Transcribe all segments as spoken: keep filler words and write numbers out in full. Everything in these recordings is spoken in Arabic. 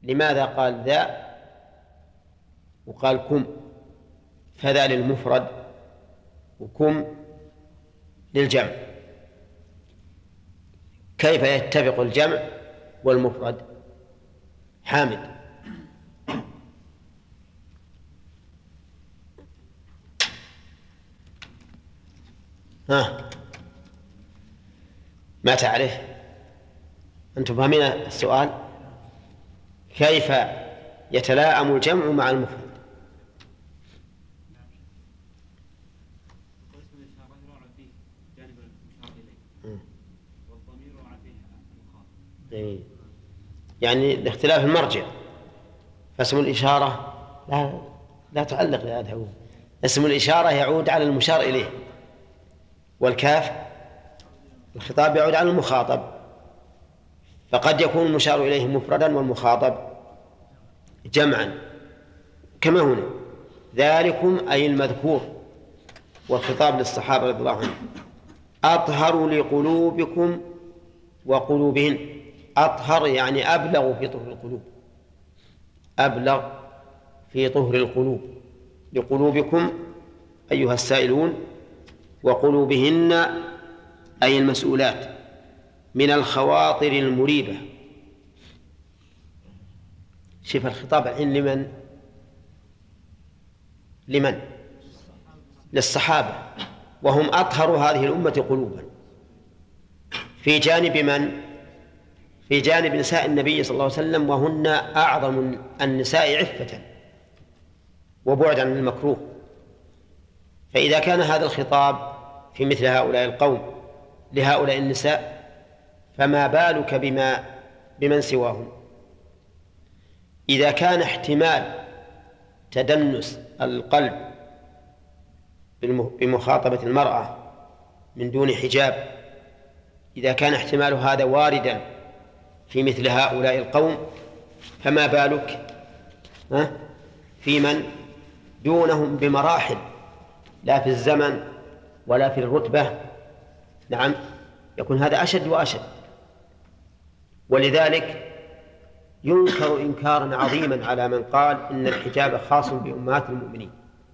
لماذا قال ذا وقال كم؟ فذا للمفرد وكم للجمع، كيف يتفق الجمع والمفرد؟ حامد. ها، ما تعرف؟ أنتم فاهمين السؤال؟ كيف يتلاءم الجمع مع المفرد؟ يعني لاختلاف المرجع، فاسم الإشارة لا, لا تعلق بهذا، هو اسم الإشارة يعود على المشار إليه، والكاف الخطاب يعود على المخاطب، فقد يكون المشار إليه مفردا والمخاطب جمعا كما هنا. ذلكم أي المذكور، والخطاب للصحابة رضي الله عنهم، أطهر لقلوبكم وقلوبهن. أطهر يعني أبلغ في طهر القلوب، أبلغ في طهر القلوب. لقلوبكم أيها السائلون، وقلوبهن أي المسؤولات، من الخواطر المريبة. شوف الخطاب الحين لمن؟ لمن؟ للصحابة، وهم أطهر هذه الأمة قلوبا. في جانب من؟ في جانب نساء النبي صلى الله عليه وسلم، وهن أعظم النساء عفة وبعد عن المكروه. فإذا كان هذا الخطاب في مثل هؤلاء القوم لهؤلاء النساء، فما بالك بما بمن سواهم؟ إذا كان احتمال تدنس القلب بمخاطبة المرأة من دون حجاب، إذا كان احتمال هذا واردا في مثل هؤلاء القوم، فما بالك في من دونهم بمراحل، لا في الزمن ولا في الرتبة. نعم، يكون هذا أشد وأشد. ولذلك ينكر إنكارا عظيما على من قال إن الحجاب خاص بأمهات المؤمنين.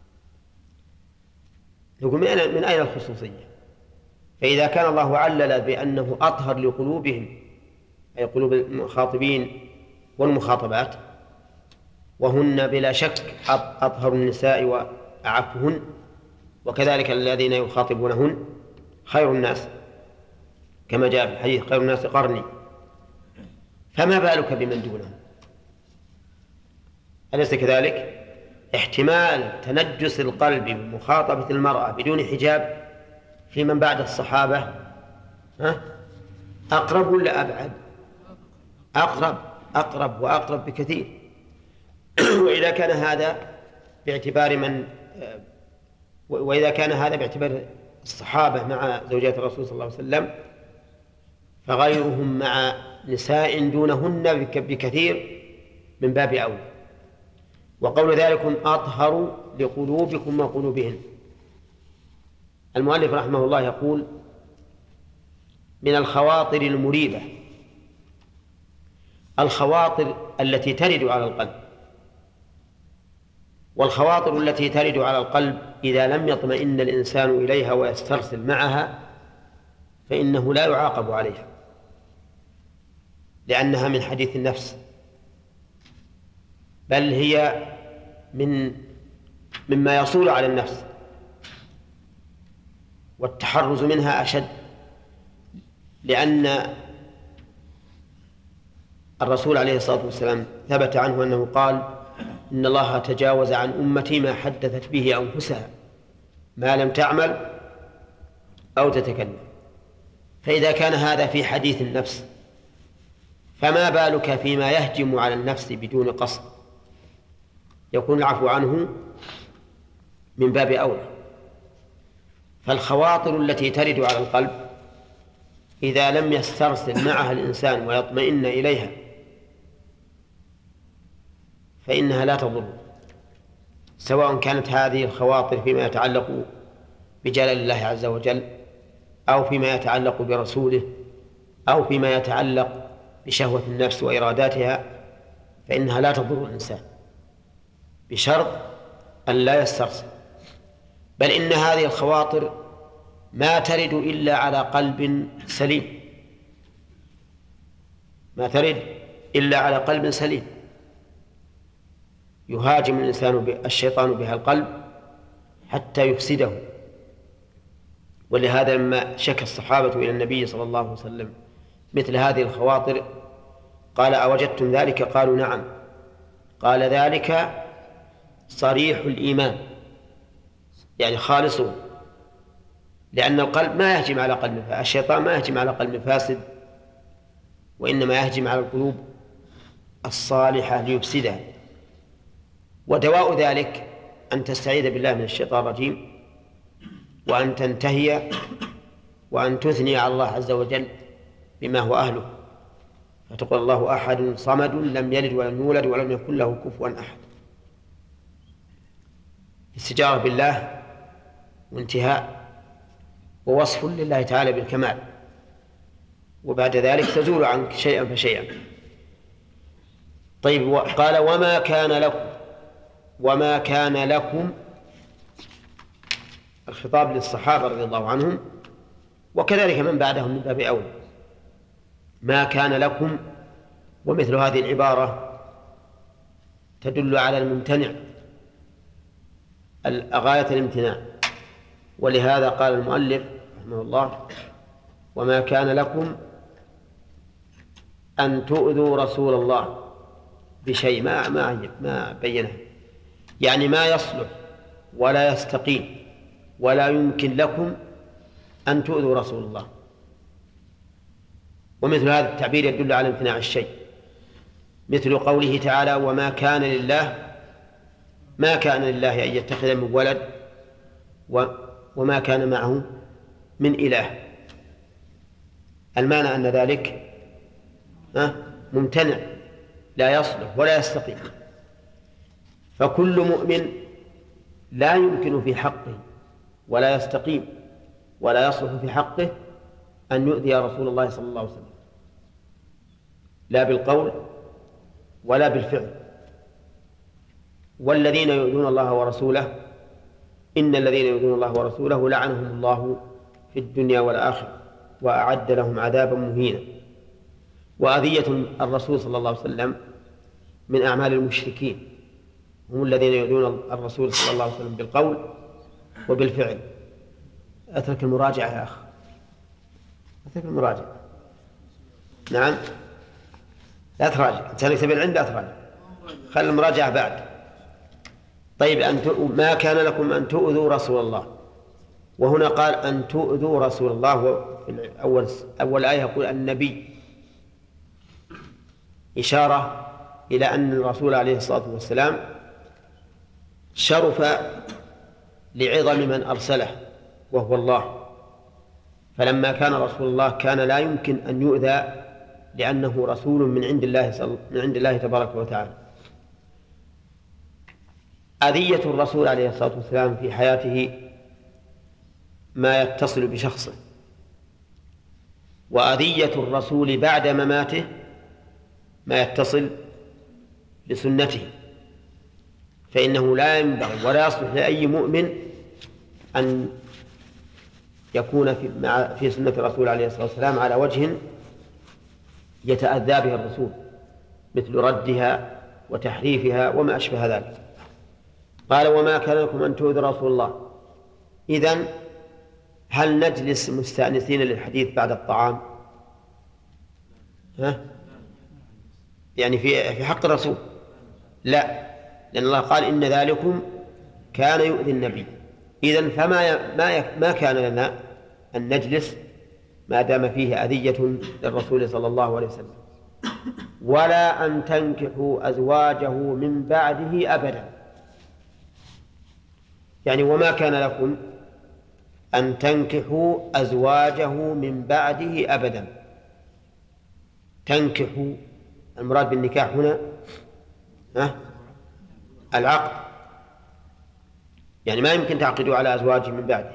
يقول من أين, من أين الخصوصية؟ فإذا كان الله علل بأنه أطهر لقلوبهم، أي قلوب المخاطبين والمخاطبات، وهن بلا شك أطهر النساء وأعفهن، وكذلك الذين يخاطبونهن خير الناس كما جاء في الحديث خير الناس قرني، فما بالك بمن دونهم؟ أليس كذلك؟ احتمال تنجس القلب بمخاطبة المرأة بدون حجاب في من بعد الصحابة ها؟ أقرب ولا أبعد؟ أقرب، أقرب وأقرب بكثير. وإذا كان هذا باعتبار من وإذا كان هذا باعتبار الصحابة مع زوجات الرسول صلى الله عليه وسلم، فغيرهم مع نساء دونهن بكثير من باب أولى. وقول ذلكم أطهر لقلوبكم وقلوبهن، المؤلف رحمه الله يقول من الخواطر المريبة، الخواطر التي ترد على القلب. والخواطر التي ترد على القلب إذا لم يطمئن الإنسان إليها ويسترسل معها فإنه لا يعاقب عليها، لأنها من حديث النفس، بل هي من مما يصول على النفس، والتحرز منها أشد. لأن الرسول عليه الصلاة والسلام ثبت عنه أنه قال إن الله تجاوز عن أمتي ما حدثت به أنفسها ما لم تعمل أو تتكلم. فإذا كان هذا في حديث النفس، فما بالك فيما يهجم على النفس بدون قصد؟ يكون العفو عنه من باب أولى. فالخواطر التي ترد على القلب إذا لم يسترسل معها الإنسان ويطمئن إليها فإنها لا تضر، سواء كانت هذه الخواطر فيما يتعلق بجلال الله عز وجل، أو فيما يتعلق برسوله، أو فيما يتعلق بشهوة النفس وإراداتها، فإنها لا تضر الإنسان بشرط أن لا يسترسل، بل إن هذه الخواطر ما ترد إلا على قلب سليم، ما ترد إلا على قلب سليم. يهاجم الإنسان الشيطان بها القلب حتى يفسده. ولهذا لما شكى الصحابة إلى النبي صلى الله عليه وسلم مثل هذه الخواطر قال: أوجدتم ذلك؟ قالوا: نعم. قال: ذلك صريح الإيمان، يعني خالصه، لأن القلب ما يهجم على قلب فاسد، الشيطان ما يهجم على قلب فاسد، وإنما يهجم على القلوب الصالحة ليفسدها. ودواء ذلك أن تستعيذ بالله من الشيطان الرجيم، وأن تنتهي وأن تثني على الله عز وجل بما هو أهله، فتقول: الله أحد صمد لم يلد ولم يولد ولم يكن له كفوا أحد. استجارة بالله وانتهاء ووصف لله تعالى بالكمال، وبعد ذلك تزول عنك شيئا فشيئا. طيب، قال: وما كان لكم. وما كان لكم الخطاب للصحابة رضي الله عنهم، وكذلك من بعدهم من باب أولى. ما كان لكم، ومثل هذه العبارة تدل على الممتنع غاية الامتناع، ولهذا قال المؤلف رحمه الله: وما كان لكم أن تؤذوا رسول الله بشيء. ما ما ما بينه، يعني ما يصلح ولا يستقيم ولا يمكن لكم أن تؤذوا رسول الله. ومثل هذا التعبير يدل على امتناع الشيء، مثل قوله تعالى: وما كان لله، ما كان لله أن يتخذ من ولد وما كان معه من إله. المعنى أن ذلك ممتنع، لا يصلح ولا يستقيم. فكل مؤمن لا يمكن في حقه ولا يستقيم ولا يصلح في حقه أن يؤذي رسول الله صلى الله عليه وسلم، لا بالقول ولا بالفعل. والذين يؤذون الله ورسوله، إن الذين يؤذون الله ورسوله لعنهم الله في الدنيا والآخرة وأعد لهم عذابا مهينا. وأذية الرسول صلى الله عليه وسلم من أعمال المشركين، هم الذين يؤذون الرسول صلى الله عليه وسلم بالقول وبالفعل. أترك المراجعة يا أخ، أترك المراجعة. نعم، لا تراجع، أنت تكتب العلم لا تراجع، خلي المراجعة بعد. طيب، أن ما كان لكم أن تؤذوا رسول الله، وهنا قال أن تؤذوا رسول الله. أول أول آية يقول النبي، إشارة إلى أن الرسول عليه الصلاة والسلام شرف لعظم من أرسله وهو الله، فلما كان رسول الله كان لا يمكن أن يؤذى لأنه رسول من عند الله من عند الله تبارك وتعالى. أذية الرسول عليه الصلاة والسلام في حياته ما يتصل بشخصه، وأذية الرسول بعد مماته ما يتصل بسنته. فإنه لا ينبغي ولا يصلح لأي مؤمن أن يكون في, مع في سنة الرسول عليه الصلاة والسلام على وجه يتأذى به الرسول، مثل ردها وتحريفها وما أشبه ذلك. قال: وما كان لكم أن تؤذوا رسول الله. إذن هل نجلس مستأنسين للحديث بعد الطعام؟ ها؟ يعني في في حق الرسول؟ لا، لأن الله قال: إن ذلكم كان يؤذي النبي. إذن فما ما ما كان لنا أن نجلس ما دام فيه أذية للرسول صلى الله عليه وسلم، ولا أن تنكحوا أزواجه من بعده أبدا. يعني وما كان لكم أن تنكحوا أزواجه من بعده أبدا. تنكحوا، المراد بالنكاح هنا ها العقد، يعني ما يمكن تعقدوا على أزواجه من بعده.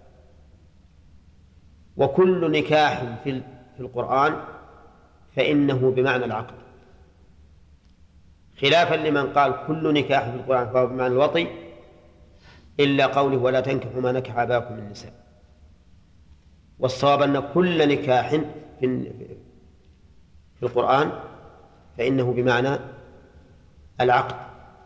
وكل نكاح في القرآن فإنه بمعنى العقد، خلافا لمن قال كل نكاح في القرآن فهو بمعنى الوطي إلا قوله ولا تنكحوا ما نكح آباؤكم من النساء. والصواب أن كل نكاح في في القرآن فإنه بمعنى العقد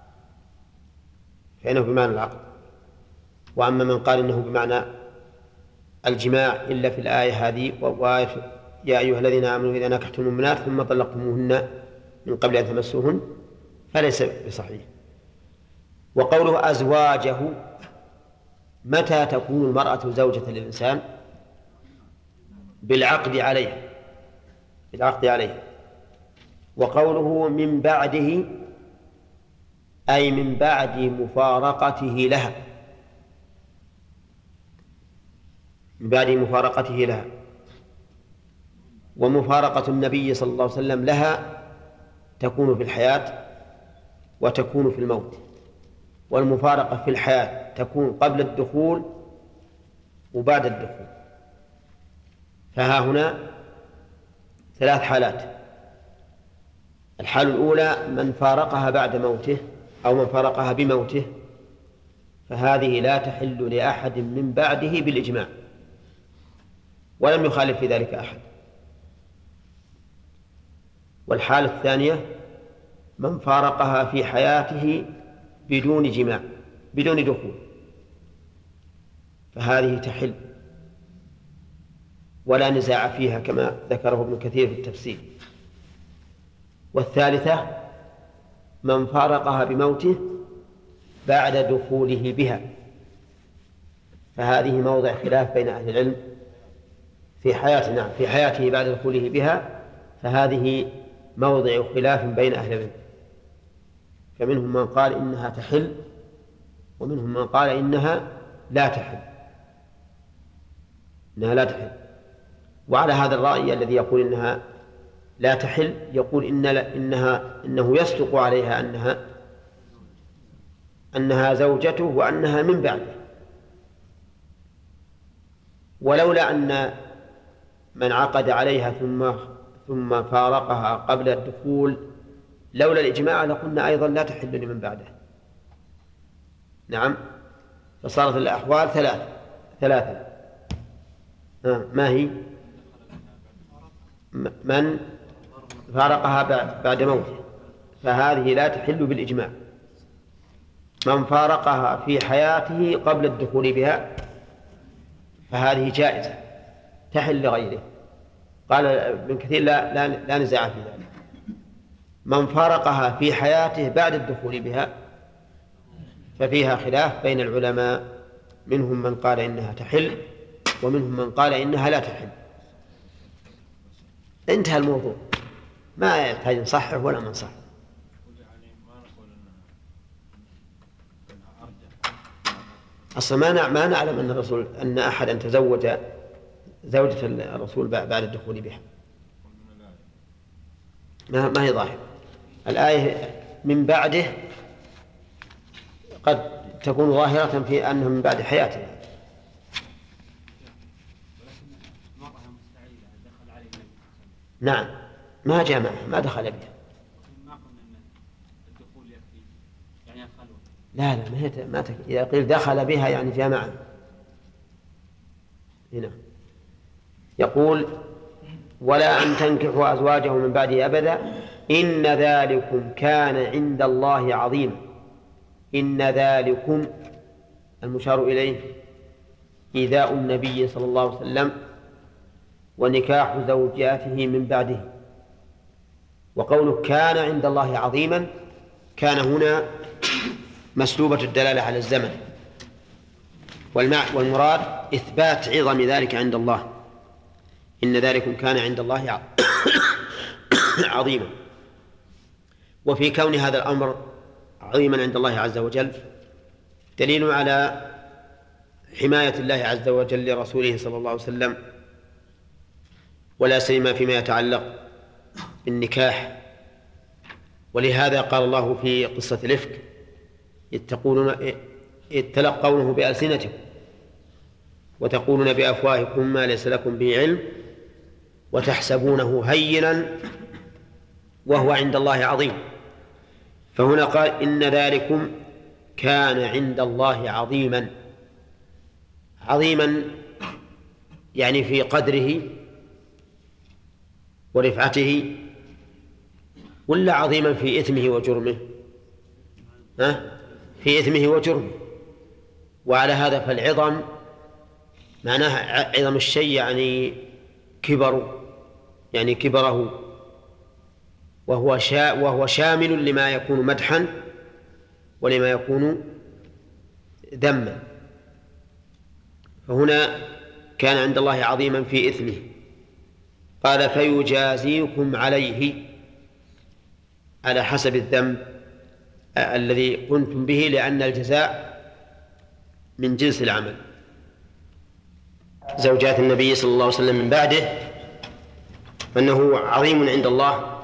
فإنه بمعنى العقد. وأما من قال إنه بمعنى الجماع إلا في الآية هذه وآية يا أيها الذين آمنوا إذا نكحتم المؤمنات ثم طلقتموهن من قبل أن تمسوهن فليس بصحيح. وقوله أزواجه متى تكون المرأة زوجة للإنسان؟ بالعقد عليه بالعقد عليه. وقوله من بعده أي من بعد مفارقته لها من بعد مفارقته لها. ومفارقة النبي صلى الله عليه وسلم لها تكون في الحياة وتكون في الموت. والمفارقة في الحياة تكون قبل الدخول وبعد الدخول. فها هنا ثلاث حالات. الحالة الأولى من فارقها بعد موته أو من فارقها بموته فهذه لا تحل لأحد من بعده بالإجماع ولم يخالف في ذلك أحد. والحالة الثانية من فارقها في حياته بدون جماع بدون دخول فهذه تحل ولا نزاع فيها كما ذكره ابن كثير في التفسير. والثالثة من فارقها بموته بعد دخوله بها فهذه موضع خلاف بين أهل العلم في حياته نعم في حياته بعد دخوله بها فهذه موضع خلاف بين أهل العلم. فمنهم من قال إنها تحل ومنهم من قال إنها لا تحل إنها لا تحل. وعلى هذا الرأي الذي يقول إنها لا تحل يقول إن إنها إنه يصدق عليها أنها أنها زوجته وأنها من بعده. ولولا أن من عقد عليها ثم ثم فارقها قبل الدخول لولا الإجماع لقلنا أيضا لا تحل لمن بعده. نعم. فصارت الأحوال ثلاث ثلاثة آه. ما هي؟ من فارقها بعد موته فهذه لا تحل بالإجماع. من فارقها في حياته قبل الدخول بها فهذه جائزة تحل لغيره. قال ابن كثير لا, لا, لا نزاع في ذلك. من فارقها في حياته بعد الدخول بها ففيها خلاف بين العلماء منهم من قال إنها تحل ومنهم من قال إنها لا تحل. انتهى الموضوع ما يحتاج نصحح ولا ما نصحح. أصلا ما نعلم أن الرسول أن أحدا تزوج زوجة الرسول بعد الدخول بها ما ما هي ظاهرة. الآية من بعده قد تكون ظاهرة في أنه من بعد حياته. نعم ما جامع ما دخل بها. لا لا ما هي ما تك... إذا قيل دخل بها يعني جامعا. هنا يقول ولا أن تنكحوا أزواجه من بعده أبدا إن ذلكم كان عند الله عظيما. إن ذلكم المشار إليه إيذاء النبي صلى الله عليه وسلم ونكاح زوجاته من بعده. وقوله كان عند الله عظيما كان هنا مسلوبة الدلالة على الزمن والمراد إثبات عظم ذلك عند الله. إن ذلكم كان عند الله عظيما. وفي كون هذا الأمر عظيما عند الله عز وجل دليل على حماية الله عز وجل لرسوله صلى الله عليه وسلم ولا سيما فيما يتعلق بالنكاح. ولهذا قال الله في قصة الإفك إذ تقولون إذ تلقونه بألسنتكم وتقولون بأفواهكم ما ليس لكم به علم وتحسبونه هينا وهو عند الله عظيم. فهنا قال إن ذلكم كان عند الله عظيما. عظيما يعني في قدره ورفعته، ولا عظيما في إثمه وجرمه؟ ها؟ في إثمه وجرمه. وعلى هذا فالعظم معناها عظم الشيء يعني كبر، يعني كبره، وهو شا وهو شامل لما يكون مدحا ولما يكون ذما. فهنا كان عند الله عظيما في إثمه. قال فيجازيكم عليه على حسب الذنب الذي قمتم به، لأن الجزاء من جنس العمل. زوجات النبي صلى الله عليه وسلم من بعده أنه عظيم عند الله،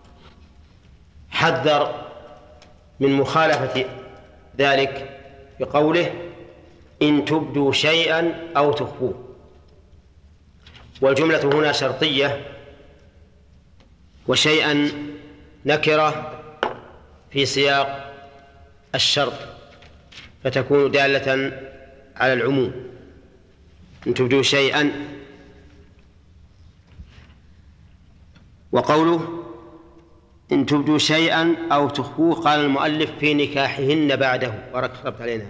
حذر من مخالفة ذلك بقوله إن تبدوا شيئا أو تخفوه. والجملة هنا شرطية، وشيئا نكرة في سياق الشرط، فتكون دالة على العموم. إن تبدوا شيئا. وقوله إن تبدوا شيئا أو تخفوه قال المؤلف في نكاحهن بعده، وركبت علينا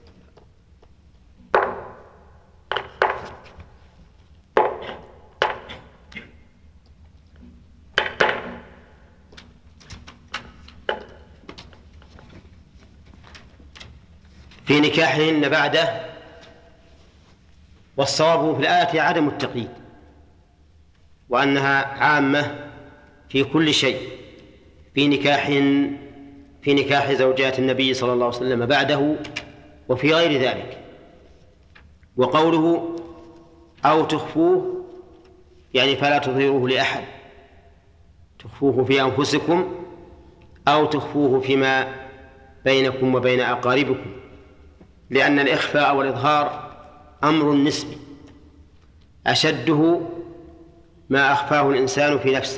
في نكاحهن بعده. والصواب في الآية عدم التقييد، وأنها عامة في كل شيء، في نكاح في نكاح زوجات النبي صلى الله عليه وسلم بعده وفي غير ذلك. وقوله أو تخفوه يعني فلا تظهروه لأحد، تخفوه في أنفسكم أو تخفوه فيما بينكم وبين أقاربكم، لأن الإخفاء والإظهار أمر نسبي، أشده ما أخفاه الإنسان في نفسه،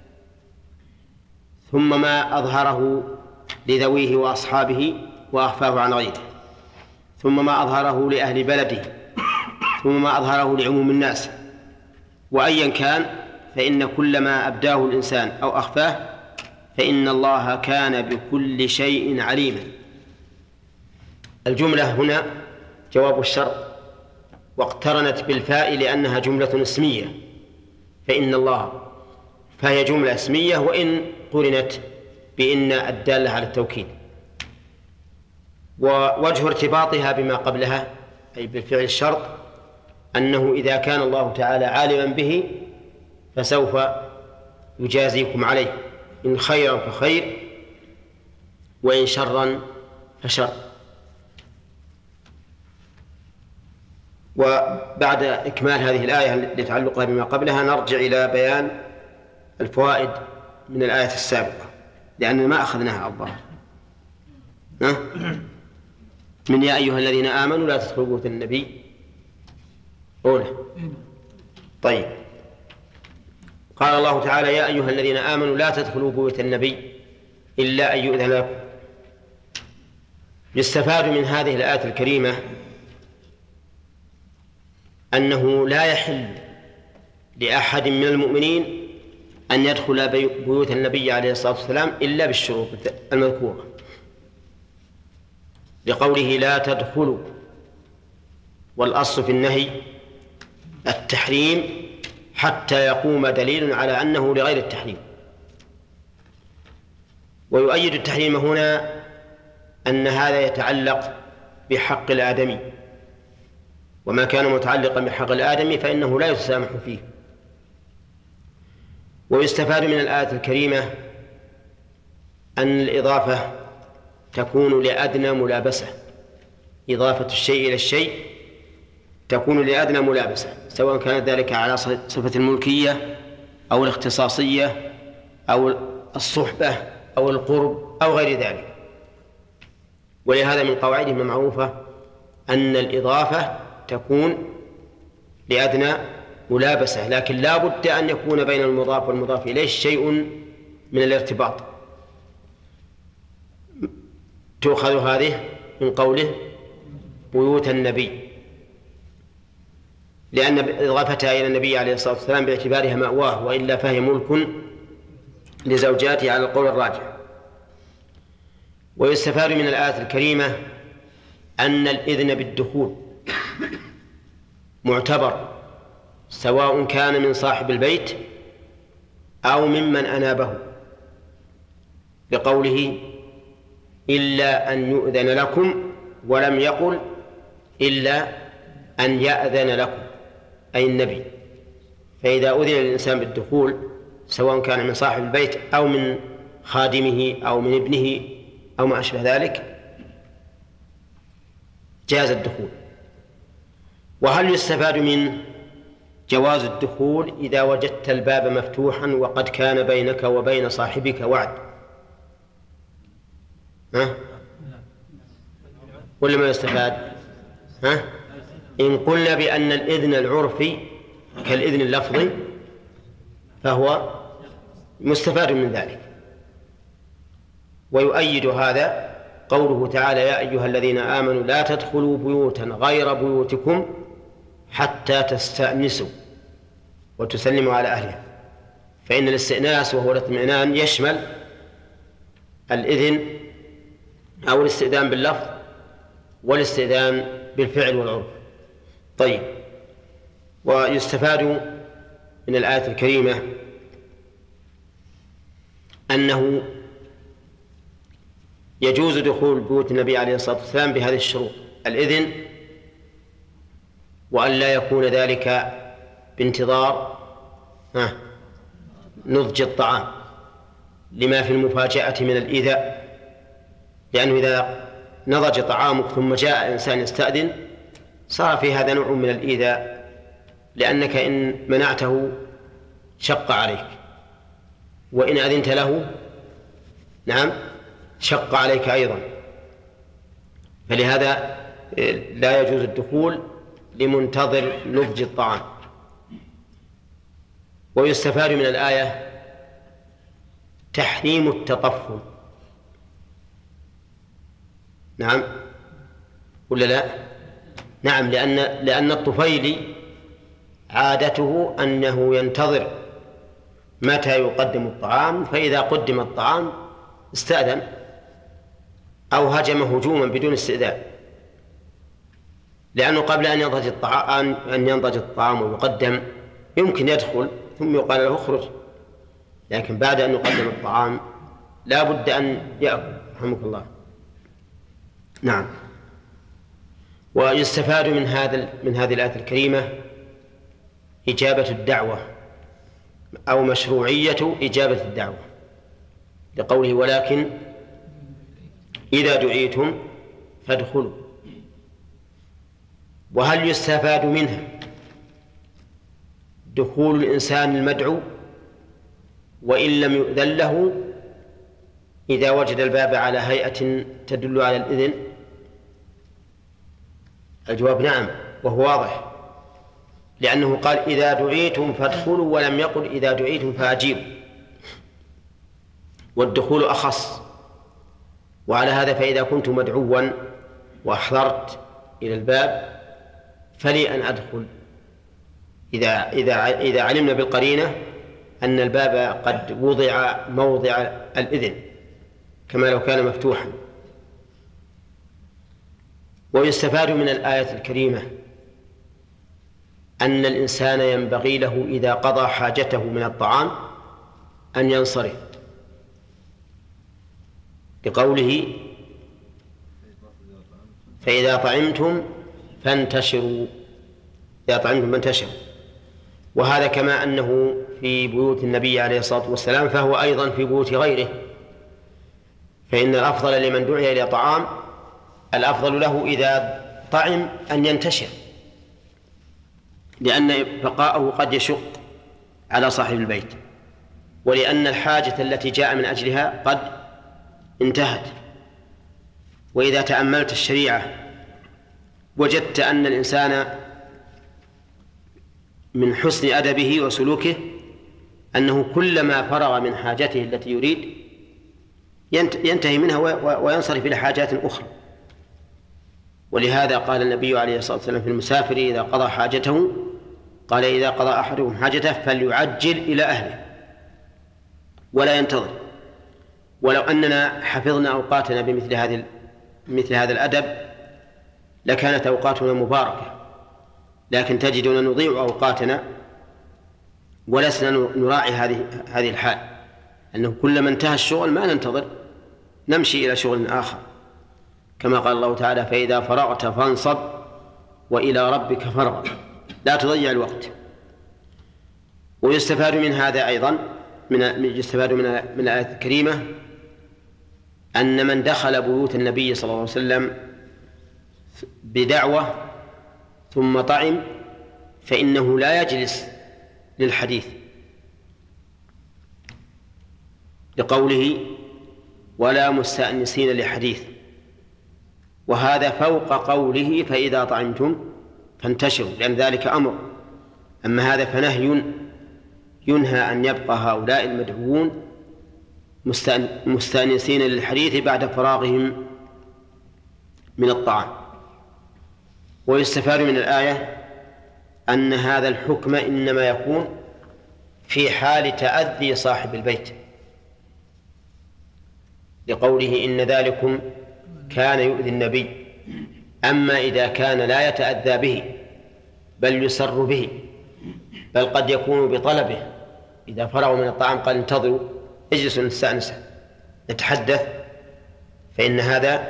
ثم ما أظهره لذويه وأصحابه وأخفاه عن غيره، ثم ما أظهره لأهل بلده، ثم ما أظهره لعموم الناس. وأيا كان فإن كل ما أبداه الإنسان أو أخفاه فإن الله كان بكل شيء عليما. الجملة هنا جواب الشرط، واقترنت بالفاء لأنها جملة اسمية، فإن الله فهي جملة اسمية وإن قرنت بإن الدالة على التوكيد. ووجه ارتباطها بما قبلها أي بالفعل الشرط أنه إذا كان الله تعالى عالما به فسوف يجازيكم عليه، إن خيرا فخير وإن شرا فشر. وبعد إكمال هذه الآية لتعلقها بما قبلها نرجع إلى بيان الفوائد من الآية السابقة، لأننا ما أخذناها الظاهر. من يا أيها الذين آمنوا لا تدخلوا بيوت النبي أولى. طيب، قال الله تعالى يا أيها الذين آمنوا لا تدخلوا بيوت النبي إلا أن يؤذن لكم. يستفاد من هذه الآية الكريمة أنه لا يحل لأحد من المؤمنين أن يدخل بيوت النبي عليه الصلاة والسلام إلا بالشروط المذكورة، لقوله لا تدخلوا، والأصل في النهي التحريم حتى يقوم دليل على أنه لغير التحريم. ويؤيد التحريم هنا أن هذا يتعلق بحق الآدمي، وما كان متعلقا بحق الآدمي فإنه لا يتسامح فيه. ويستفاد من الآية الكريمة أن الإضافة تكون لأدنى ملابسة، إضافة الشيء إلى الشيء تكون لأدنى ملابسة، سواء كان ذلك على صفة الملكية أو الاختصاصية أو الصحبة أو القرب أو غير ذلك. ولهذا من قواعدهم المعروفة أن الإضافة تكون لأدنى ملابسة، لكن لا بد أن يكون بين المضاف والمضاف إليه شيء من الارتباط. تؤخذ هذه من قوله بيوت النبي، لأن إضافتها إلى النبي عليه الصلاة والسلام باعتبارها مأواه، وإلا فهي ملك لزوجاته على القول الراجح. ويستفاد من الآية الكريمة أن الإذن بالدخول معتبر، سواء كان من صاحب البيت أو ممن أنابه، بقوله إلا أن يؤذن لكم، ولم يقل إلا أن يأذن لكم، أي النبي. فإذا أذن للإنسان بالدخول سواء كان من صاحب البيت أو من خادمه أو من ابنه أو ما أشبه ذلك جاز الدخول. وهل يستفاد منه جواز الدخول إذا وجدت الباب مفتوحا وقد كان بينك وبين صاحبك وعد؟ ها؟ ولا ما يستفاد؟ ها؟ إن قلنا بأن الإذن العرفي كالإذن اللفظي فهو مستفاد من ذلك. ويؤيد هذا قوله تعالى يا أيها الذين آمنوا لا تدخلوا بيوتا غير بيوتكم حتى تستأنسوا وتسلموا على أهلها. فإن الاستئناس وهو الاطمئنان يشمل الإذن أو الاستئذان باللفظ والاستئذان بالفعل والعرف. طيب، ويستفاد من الآية الكريمة أنه يجوز دخول بيوت النبي عليه الصلاة والسلام بهذه الشروط: الإذن، وأن لا يكون ذلك بانتظار نضج الطعام لما في المفاجأة من الإيذاء، لأنه إذا نضج طعامك ثم جاء إنسان يستأذن صار في هذا نوع من الإيذاء، لأنك إن منعته شق عليك، وإن أذنت له نعم شق عليك أيضا. فلهذا لا يجوز الدخول لمنتظر نضج الطعام. ويستفاد من الآية تحريم التطفل. نعم ولا لا؟ نعم، لأن لأن الطفيلي عادته أنه ينتظر متى يقدم الطعام، فإذا قدم الطعام استأذن أو هجم هجوما بدون استئذان، لأنه قبل أن ينضج الطعام أن ينضج الطعام ويقدم يمكن يدخل ثم يقال له اخرج، لكن بعد أن يقدم الطعام لا بد أن يأكل. رحمك الله. نعم. ويستفاد من هذا من هذه الآية الكريمة إجابة الدعوة أو مشروعية إجابة الدعوة، لقوله ولكن إذا دعيتم فادخلوا. وهل يستفاد منها دخول الإنسان المدعو وإن لم يؤذن له إذا وجد الباب على هيئة تدل على الإذن؟ الجواب نعم، وهو واضح، لأنه قال إذا دعيتم فادخلوا ولم يقل إذا دعيتم فأجيبوا، والدخول أخص. وعلى هذا فإذا كنت مدعوا وأحضرت إلى الباب فلي أن أدخل إذا إذا إذا علمنا بالقرينة أن الباب قد وضع موضع الإذن كما لو كان مفتوحا. ويستفاد من الآية الكريمة أن الإنسان ينبغي له إذا قضى حاجته من الطعام أن ينصرف، لقوله فإذا طعمتم فانتشروا، إذا طعمتم فانتشروا. وهذا كما أنه في بيوت النبي عليه الصلاة والسلام فهو أيضا في بيوت غيره، فإن الأفضل لمن دعي إلى طعام الأفضل له إذا طعم أن ينتشر، لأن بقاءه قد يشق على صاحب البيت، ولأن الحاجة التي جاء من أجلها قد انتهت. وإذا تأملت الشريعة وجدت أن الإنسان من حسن أدبه وسلوكه أنه كلما فرغ من حاجته التي يريد ينتهي منها وينصرف إلى حاجات أخرى. ولهذا قال النبي عليه الصلاة والسلام في المسافر إذا قضى حاجته، قال إذا قضى أحدكم حاجته فليعجل إلى أهله ولا ينتظر. ولو أننا حفظنا أوقاتنا بمثل هذه مثل هذا الأدب لكانت أوقاتنا مباركة، لكن تجدنا نضيع أوقاتنا ولسنا نراعي هذه هذه الحال، أنه كلما انتهى الشغل ما ننتظر، نمشي إلى شغل آخر، كما قال الله تعالى فإذا فرغت فانصب وإلى ربك فارغب، لا تضيع الوقت. ويستفاد من هذا أيضا من يستفاد من من الآية الكريمة أن من دخل بيوت النبي صلى الله عليه وسلم بدعوة ثم طعم فإنه لا يجلس للحديث، لقوله ولا مستأنسين لحديث، وهذا فوق قوله فإذا طعمتم فانتشروا، لأن ذلك أمر. أما هذا فنهي، ينهى أن يبقى هؤلاء المدعوون مستأنسين للحديث بعد فراغهم من الطعام. ويستفاد من الآية أن هذا الحكم إنما يكون في حال تأذي صاحب البيت، لقوله إن ذلكم كان يؤذي النبي. أما إذا كان لا يتأذى به بل يسر به، بل قد يكون بطلبه، إذا فرغوا من الطعام قال انتظروا اجلسوا نستأنس نتحدث، فإن هذا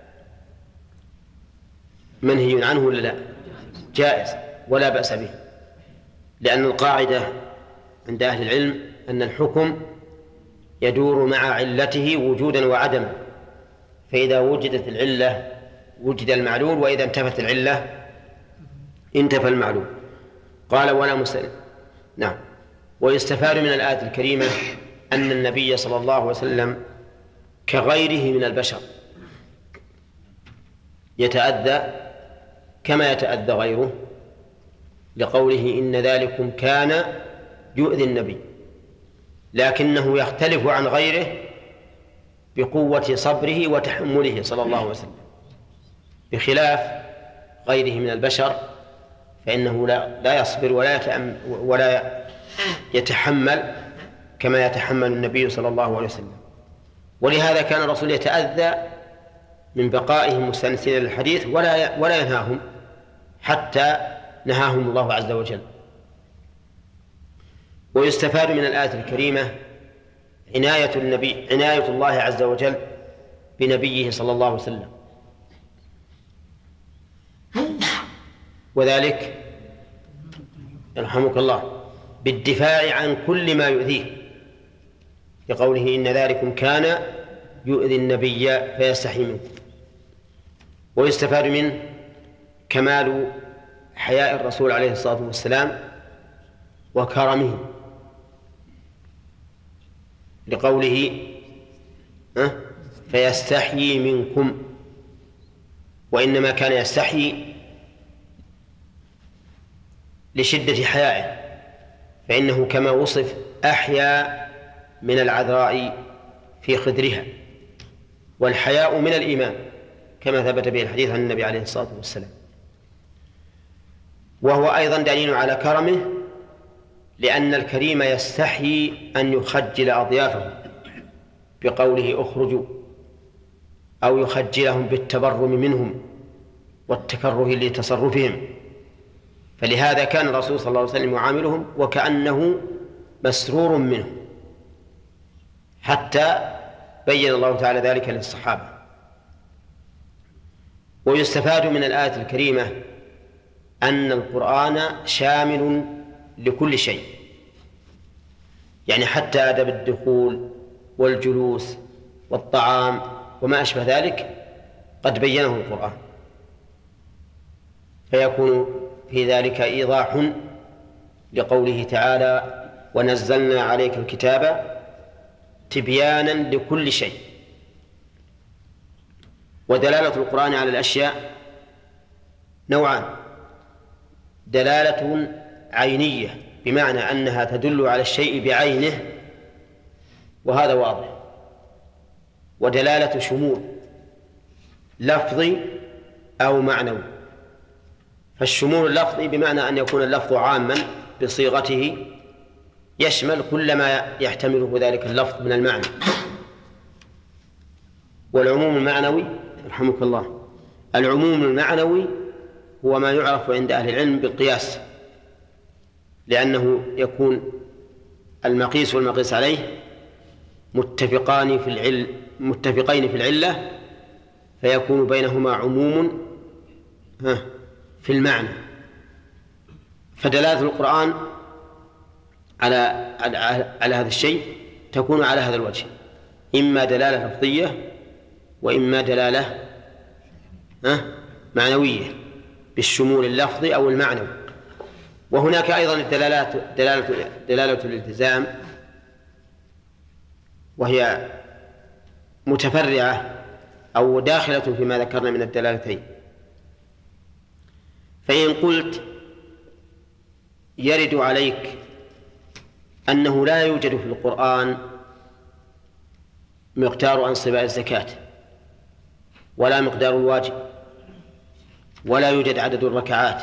منهي عنه ولا لا؟ جائز ولا بأس به، لأن القاعدة عند أهل العلم أن الحكم يدور مع علته وجودا وعدما، فإذا وجدت العلة وجد المعلول، وإذا انتفت العلة انتفى المعلول. قال ولا مسلم. نعم. ويستفاد من الآية الكريمة أن النبي صلى الله عليه وسلم كغيره من البشر يتأذى كما يتأذى غيره، لقوله إن ذلكم كان يؤذي النبي، لكنه يختلف عن غيره بقوة صبره وتحمله صلى الله عليه وسلم، بخلاف غيره من البشر فإنه لا لا يصبر ولا يتأم ولا يتحمل كما يتحمل النبي صلى الله عليه وسلم. ولهذا كان الرسول يتأذى من بقائهم مستأنسين للحديث ولا ولا ينهاهم حتى نهاهم الله عز وجل. ويستفاد من الآية الكريمة عناية النبي عناية الله عز وجل بنبيه صلى الله عليه وسلم، وذلك يرحمك الله بالدفاع عن كل ما يؤذيه، لقوله إن ذلكم كان يؤذي النبي فيستحي منه. ويستفاد منه كمال حياء الرسول عليه الصلاة والسلام وكرمه، لقوله فيستحيي منكم، وإنما كان يستحيي لشدة حيائه، فإنه كما وصف أحيا من العذراء في خدرها، والحياء من الإيمان كما ثبت به الحديث عن النبي عليه الصلاة والسلام. وهو أيضا دليل على كرمه، لأن الكريم يستحيي أن يخجل أضيافه بقوله اخرجوا، أو يخجلهم بالتبرم منهم والتكره لتصرفهم، فلهذا كان الرسول صلى الله عليه وسلم يعاملهم وكأنه مسرور منهم، حتى بين الله تعالى ذلك للصحابة. ويستفاد من الآية الكريمة أن القرآن شامل لكل شيء، يعني حتى أدب الدخول والجلوس والطعام وما أشبه ذلك قد بينه القرآن، فيكون في ذلك إيضاح لقوله تعالى ونزلنا عليك الكتاب تبيانا لكل شيء. ودلالة القرآن على الأشياء نوعان: دلالة عينية بمعنى أنها تدل على الشيء بعينه وهذا واضح، ودلالة شمول لفظي أو معنوي. فالشمول اللفظي بمعنى أن يكون اللفظ عاما بصيغته يشمل كل ما يحتمله ذلك اللفظ من المعنى. والعموم المعنوي رحمك الله، العموم المعنوي هو ما يعرف عند أهل العلم بالقياس، لأنه يكون المقيس والمقيس عليه متفقان في العل متفقين في العلة، فيكون بينهما عموم في المعنى. فدلالة القرآن على على, على هذا الشيء تكون على هذا الوجه، إما دلالة لفظية وإما دلالة معنوية بالشمول اللفظي أو المعنوي. وهناك أيضا الدلالات دلالة, دلالة الالتزام، وهي متفرعة أو داخلة فيما ذكرنا من الدلالتين. فإن قلت يرد عليك أنه لا يوجد في القرآن مقدار أنصباء الزكاة ولا مقدار الواجب، ولا يوجد عدد الركعات،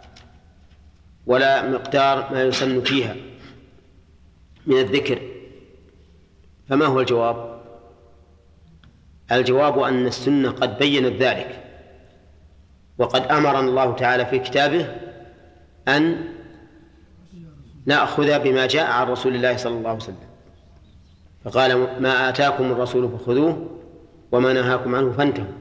ولا مقدار ما يسن فيها من الذكر، فما هو الجواب؟ الجواب أن السنة قد بيّنت ذلك، وقد أمرنا الله تعالى في كتابه أن نأخذ بما جاء عن رسول الله صلى الله عليه وسلم، فقال ما آتاكم الرسول فخذوه وما نهاكم عنه فانتهوا.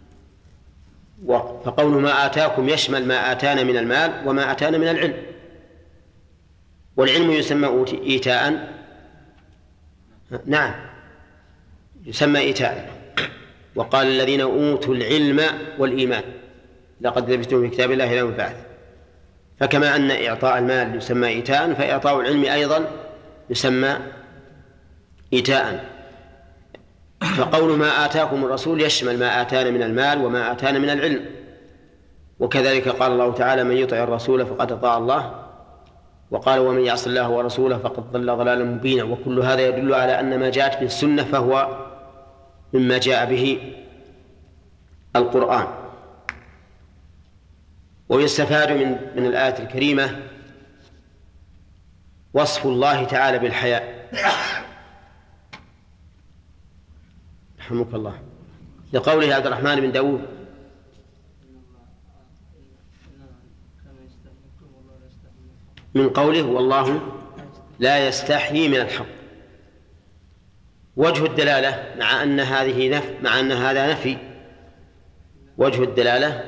فقول ما آتاكم يشمل ما آتانا من المال وما آتانا من العلم، والعلم يسمى إيتاء، نعم يسمى إيتاء. وقال الذين أوتوا العلم والإيمان لقد لبثتم في كتاب الله إلى يوم البعث. فكما أن إعطاء المال يسمى إيتاء، فإعطاء العلم أيضا يسمى إيتاء. فقول ما آتاكم الرسول يشمل ما آتانا من المال وما آتانا من العلم. وكذلك قال الله تعالى من يطع الرسول فقد أطاع الله، وقال ومن يعص الله ورسوله فقد ضل ضلالا مبينا. وكل هذا يدل على أن ما جاءت به السنة فهو مما جاء به القرآن. ويستفاد من من الآية الكريمة وصف الله تعالى بالحياء رحمك الله، لقوله عبد الرحمن بن داود من قوله والله لا يستحيي من الحق. وجه الدلالة مع أن هذه نفي مع أن هذا نفي، وجه الدلالة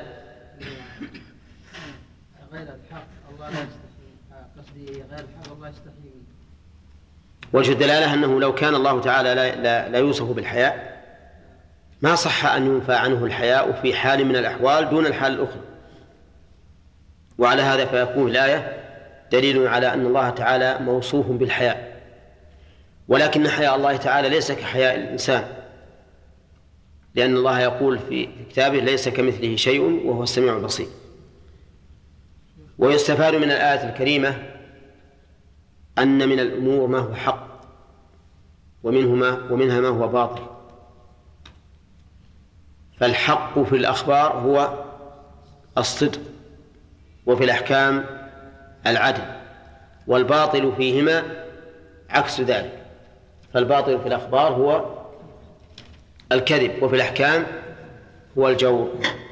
غير الحق الله لا يستحيي، قصدي غير الحق الله يستحيي. وجه الدلالة أنه لو كان الله تعالى لا, لا, لا يوصف بالحياء ما صح أن ينفى عنه الحياء في حال من الأحوال دون الحال الأخرى. وعلى هذا فيكون الآية دليل على أن الله تعالى موصوف بالحياء، ولكن حياء الله تعالى ليس كحياء الإنسان، لأن الله يقول في كتابه ليس كمثله شيء وهو السميع البصير. ويستفاد من الآية الكريمة أن من الأمور ما هو حق ومنهما ومنها ما هو باطل. فالحق في الأخبار هو الصدق، وفي الأحكام العدل، والباطل فيهما عكس ذلك. فالباطل في الأخبار هو الكذب، وفي الأحكام هو الجور.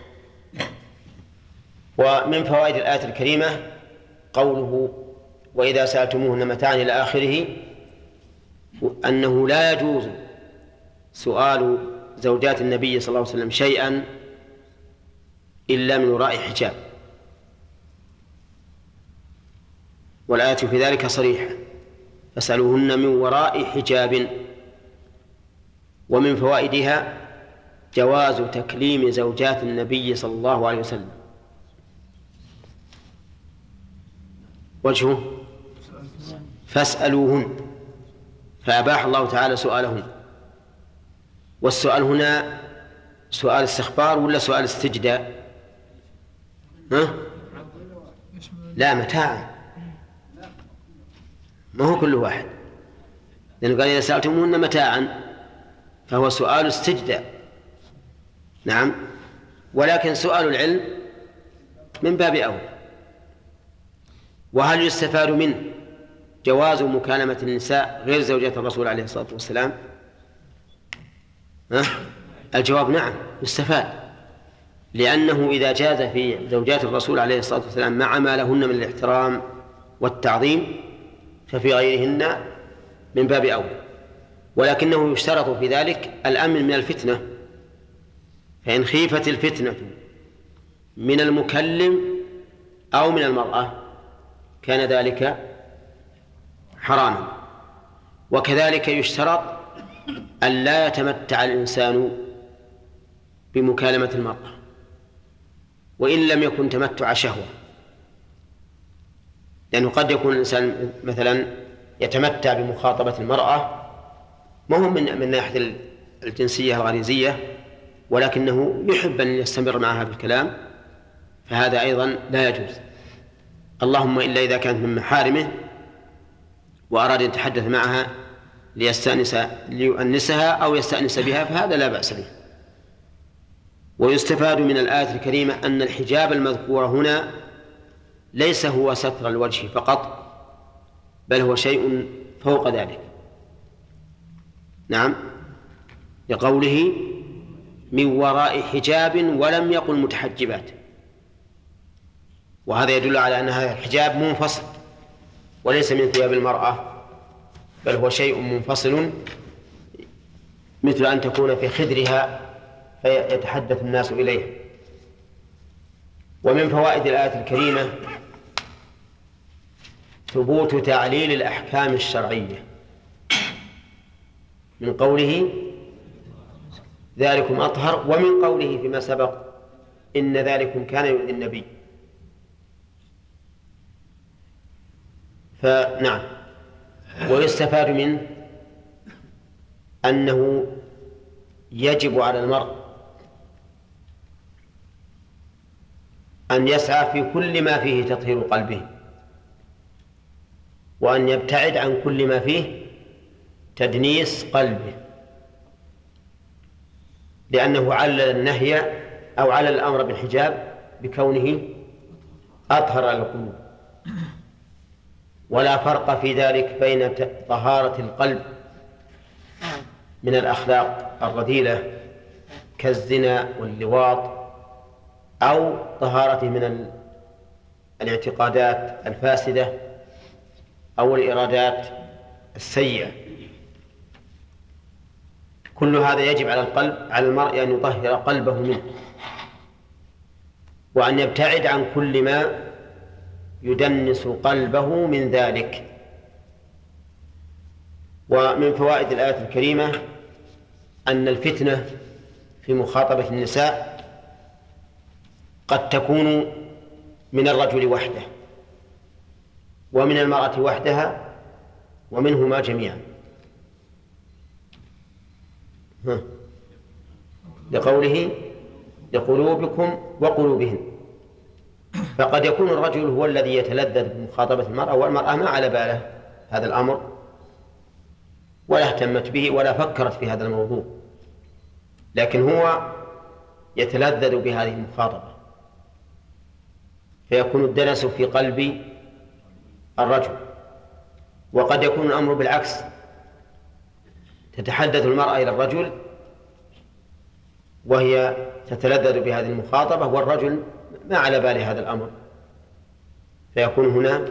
ومن فوائد الآية الكريمة قوله وإذا سألتموهن متاعا إلى آخره، أنه لا يجوز سؤال زوجات النبي صلى الله عليه وسلم شيئا إلا من وراء حجاب، والآية في ذلك صريحة فاسألوهن من وراء حجاب. ومن فوائدها جواز تكليم زوجات النبي صلى الله عليه وسلم. وجهه فاسألوهن، فأباح الله تعالى سؤالهن. والسؤال هنا سؤال استخبار ولا سؤال استجداء؟ ها؟ لا، متاعا، ما هو كل واحد، لأنه قال إذا سألتموهن متاعا فهو سؤال استجداء. نعم. ولكن سؤال العلم من باب أولى. وهل يستفاد منه جواز مكالمة النساء غير زوجات الرسول عليه الصلاة والسلام؟ ها؟ الجواب نعم يستفاد، لأنه إذا جاز في زوجات الرسول عليه الصلاة والسلام مع ما لهن من الاحترام والتعظيم ففي غيرهن من باب أولى. ولكنه يشترط في ذلك الأمن من الفتنة، فإن خيفت الفتنة من المكلم أو من المرأة كان ذلك حراما. وكذلك يشترط أن لا يتمتع الإنسان بمكالمة المرأة وإن لم يكن تمتع شهوة، لأنه قد يكون الإنسان مثلا يتمتع بمخاطبة المرأة ما هو من من ناحية الجنسية الغريزية، ولكنه يحب أن يستمر معها في الكلام، فهذا أيضا لا يجوز. اللهم إلا إذا كانت من محارمه وأراد أن يتحدث معها ليستأنس ليؤنسها أو يستأنس بها فهذا لا بأس به. ويستفاد من الآية الكريمة أن الحجاب المذكور هنا ليس هو ستر الوجه فقط، بل هو شيء فوق ذلك. نعم، لقوله من وراء حجاب ولم يقل متحجبات، وهذا يدل على أن هذا الحجاب منفصل وليس من ثياب المرأة، بل هو شيء منفصل مثل أن تكون في خدرها فيتحدث الناس إليه. ومن فوائد الآية الكريمة ثبوت تعليل الأحكام الشرعية من قوله ذلكم أطهر، ومن قوله فيما سبق إن ذلكم كان يؤذي النبي. فنعم. ويستفاد منه أنه يجب على المرء أن يسعى في كل ما فيه تطهير قلبه، وأن يبتعد عن كل ما فيه تدنيس قلبه، لأنه علل النهي أو علل الأمر بالحجاب بكونه أطهر القلوب. ولا فرق في ذلك بين طهارة القلب من الأخلاق الرذيلة كالزنا واللواط، أو طهارته من الاعتقادات الفاسدة أو الإرادات السيئة. كل هذا يجب على القلب على المرء أن يطهر قلبه منه، وأن يبتعد عن كل ما يدنس قلبه من ذلك. ومن فوائد الآية الكريمة أن الفتنة في مخاطبة النساء قد تكون من الرجل وحده ومن المرأة وحدها ومنهما جميعا، لقوله لقلوبكم وقلوبهن. فقد يكون الرجل هو الذي يتلذذ بمخاطبة المرأة والمرأة ما على باله هذا الأمر ولا اهتمت به ولا فكرت في هذا الموضوع، لكن هو يتلذذ بهذه المخاطبة، فيكون الدنس في قلب الرجل. وقد يكون الأمر بالعكس، تتحدث المرأة إلى الرجل وهي تتلذذ بهذه المخاطبة والرجل ما على باله هذا الأمر، فيكون هنا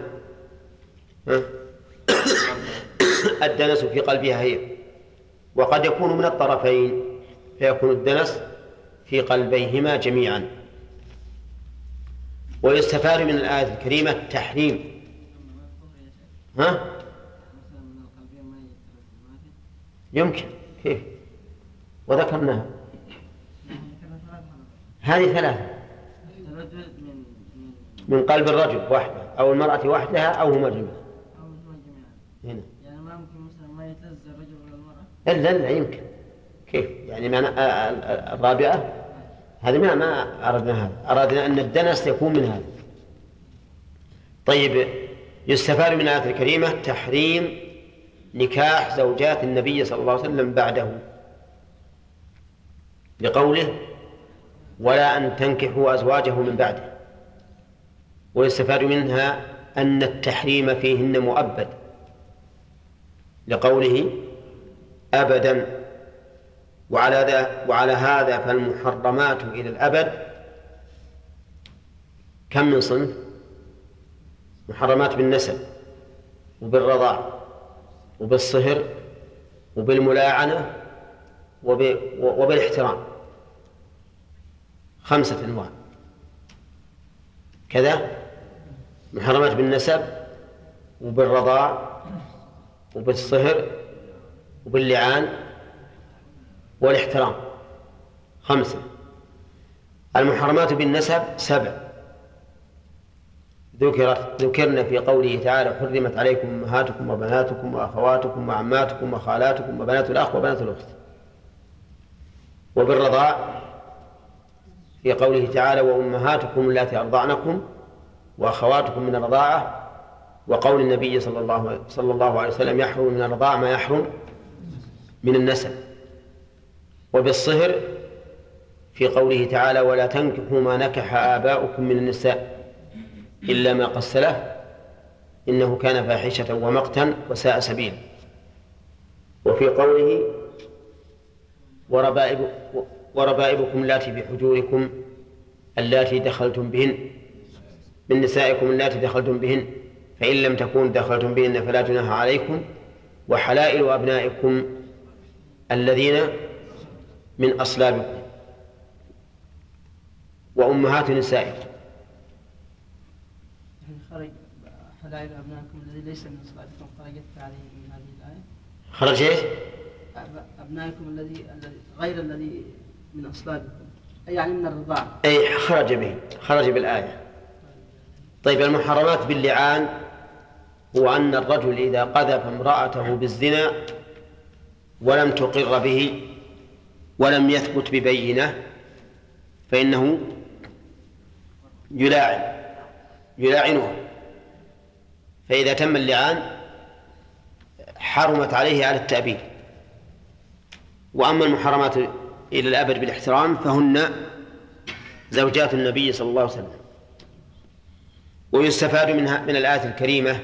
الدنس في قلبها هي. وقد يكون من الطرفين فيكون الدنس في قلبيهما جميعا. ويستفاد من الآية الكريمة التحريم. ها؟ يمكن كيف؟ وذكرناها هذه ثلاثة: من قلب الرجل وحده أو المرأة وحدها أو هما جميعا. هنا يعني ما ممكن مثلا ما يتلذذ الرجل ولا المرأة؟ إلا لا يمكن. كيف يعني؟ معنى الرابعة هذه ما ما أردنا هذا، أردنا أن الدنس يكون من هذا. طيب، يستفاد من الآية الكريمة تحريم نكاح زوجات النبي صلى الله عليه وسلم بعده، لقوله ولا أن تنكحوا أزواجه من بعده. ويستفاد منها أن التحريم فيهن مؤبد لقوله أبدا. وعلى, ذا وعلى هذا فالمحرمات إلى الأبد كم من صنف؟ محرمات بالنسب وبالرضاع وبالصهر وبالملاعنة وبالاحترام، خمسة أنواع. كذا محرمات بالنسب وبالرضاع وبالصهر وباللعان والاحترام، خمسة. المحرمات بالنسب سبع ذكرت ذكرنا في قوله تعالى حرمت عليكم أمهاتكم وبناتكم وأخواتكم وعماتكم وخالاتكم وبنات الأخ وبنات الأخت. وبالرضاع في قوله تعالى وأمهاتكم اللاتي أرضعنكم وأخواتكم من الرضاعة، وقول النبي صلى الله صلى الله عليه وسلم يحرم من الرضاعة ما يحرم من النسب. وبالصهر في قوله تعالى ولا تنكحوا ما نكح آباؤكم من النساء إلا ما قد سلف إنه كان فاحشة ومقتا وساء سبيلا. وفي قوله وربائب وربائبكم اللاتي بحجوركم اللاتي دخلتم بهن من نسائكم اللاتي دخلتم بهن فإن لم تكونوا دخلتم بهن فلا جناح عليكم وحلائل أبنائكم الذين من أصلابكم وأمهات نسائكم. خرج حلائل أبنائكم الذي ليس من أصلابكم خرجت عليه من هذه الآية. خرج إيش؟ أبنائكم الذي غير الذي من أصلابكم أي يعني من الرضاعة. أي خرج به، خرج بالآية. طيب المحرمات باللعان هو أن الرجل إذا قذف امرأته بالزنا ولم تقر به ولم يثبت ببينة فإنه يلاعن يلاعنه، فإذا تم اللعان حرمت عليه على التأبيد. وأما المحرمات إلى الأبد بالاحترام فهن زوجات النبي صلى الله عليه وسلم. ويستفاد منها من الآية الكريمة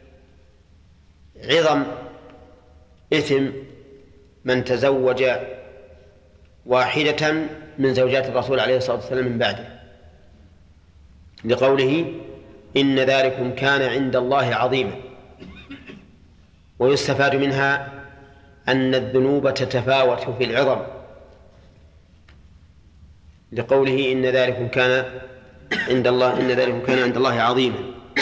عظم إثم من تزوج واحدة من زوجات الرسول عليه الصلاة والسلام من بعده لقوله إن ذلكم كان عند الله عظيما. ويستفاد منها أن الذنوب تتفاوت في العظم لقوله إن ذلكم كان عند الله إن ذلكم كان عند الله عظيما.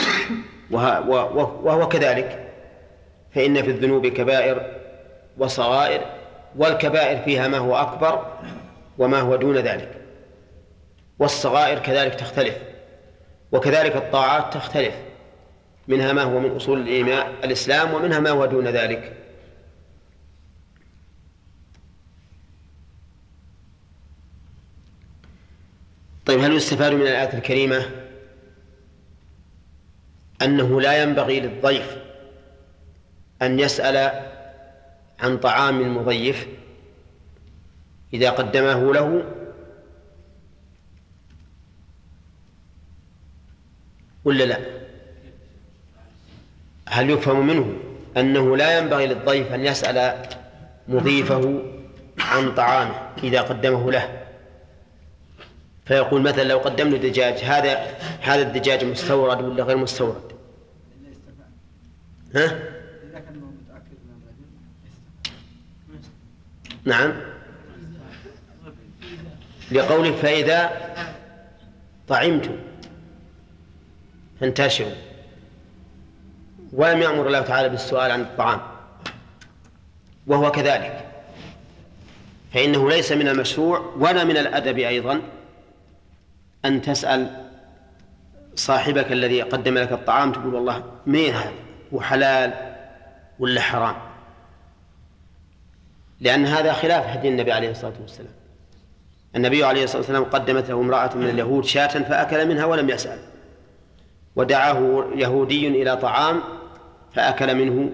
وهو كذلك، فإن في الذنوب كبائر وصغائر، والكبائر فيها ما هو أكبر وما هو دون ذلك، والصغائر كذلك تختلف، وكذلك الطاعات تختلف، منها ما هو من أصول الإسلام ومنها ما هو دون ذلك. طيب هل يستفاد من الآية الكريمة أنه لا ينبغي للضيف أن يسأل عن طعام المضيف إذا قدمه له ولا لا؟ هل يفهم منه أنه لا ينبغي للضيف أن يسأل مضيفه عن طعامه إذا قدمه له، فيقول مثلا لو قدم له دجاج هذا هذا الدجاج مستورد ولا غير مستورد؟ ها؟ نعم، لقوله فإذا طعمتم فانتشروا، ولم يأمر الله تعالى بالسؤال عن الطعام، وهو كذلك، فإنه ليس من المشروع ولا من الأدب أيضا أن تسأل صاحبك الذي قدم لك الطعام تقول والله مين هذا وحلال ولا حرام، لأن هذا خلاف هدي النبي عليه الصلاة والسلام. النبي عليه الصلاة والسلام قدمت له امرأة من اليهود شاة فأكل منها ولم يسأل، ودعاه يهودي إلى طعام فأكل منه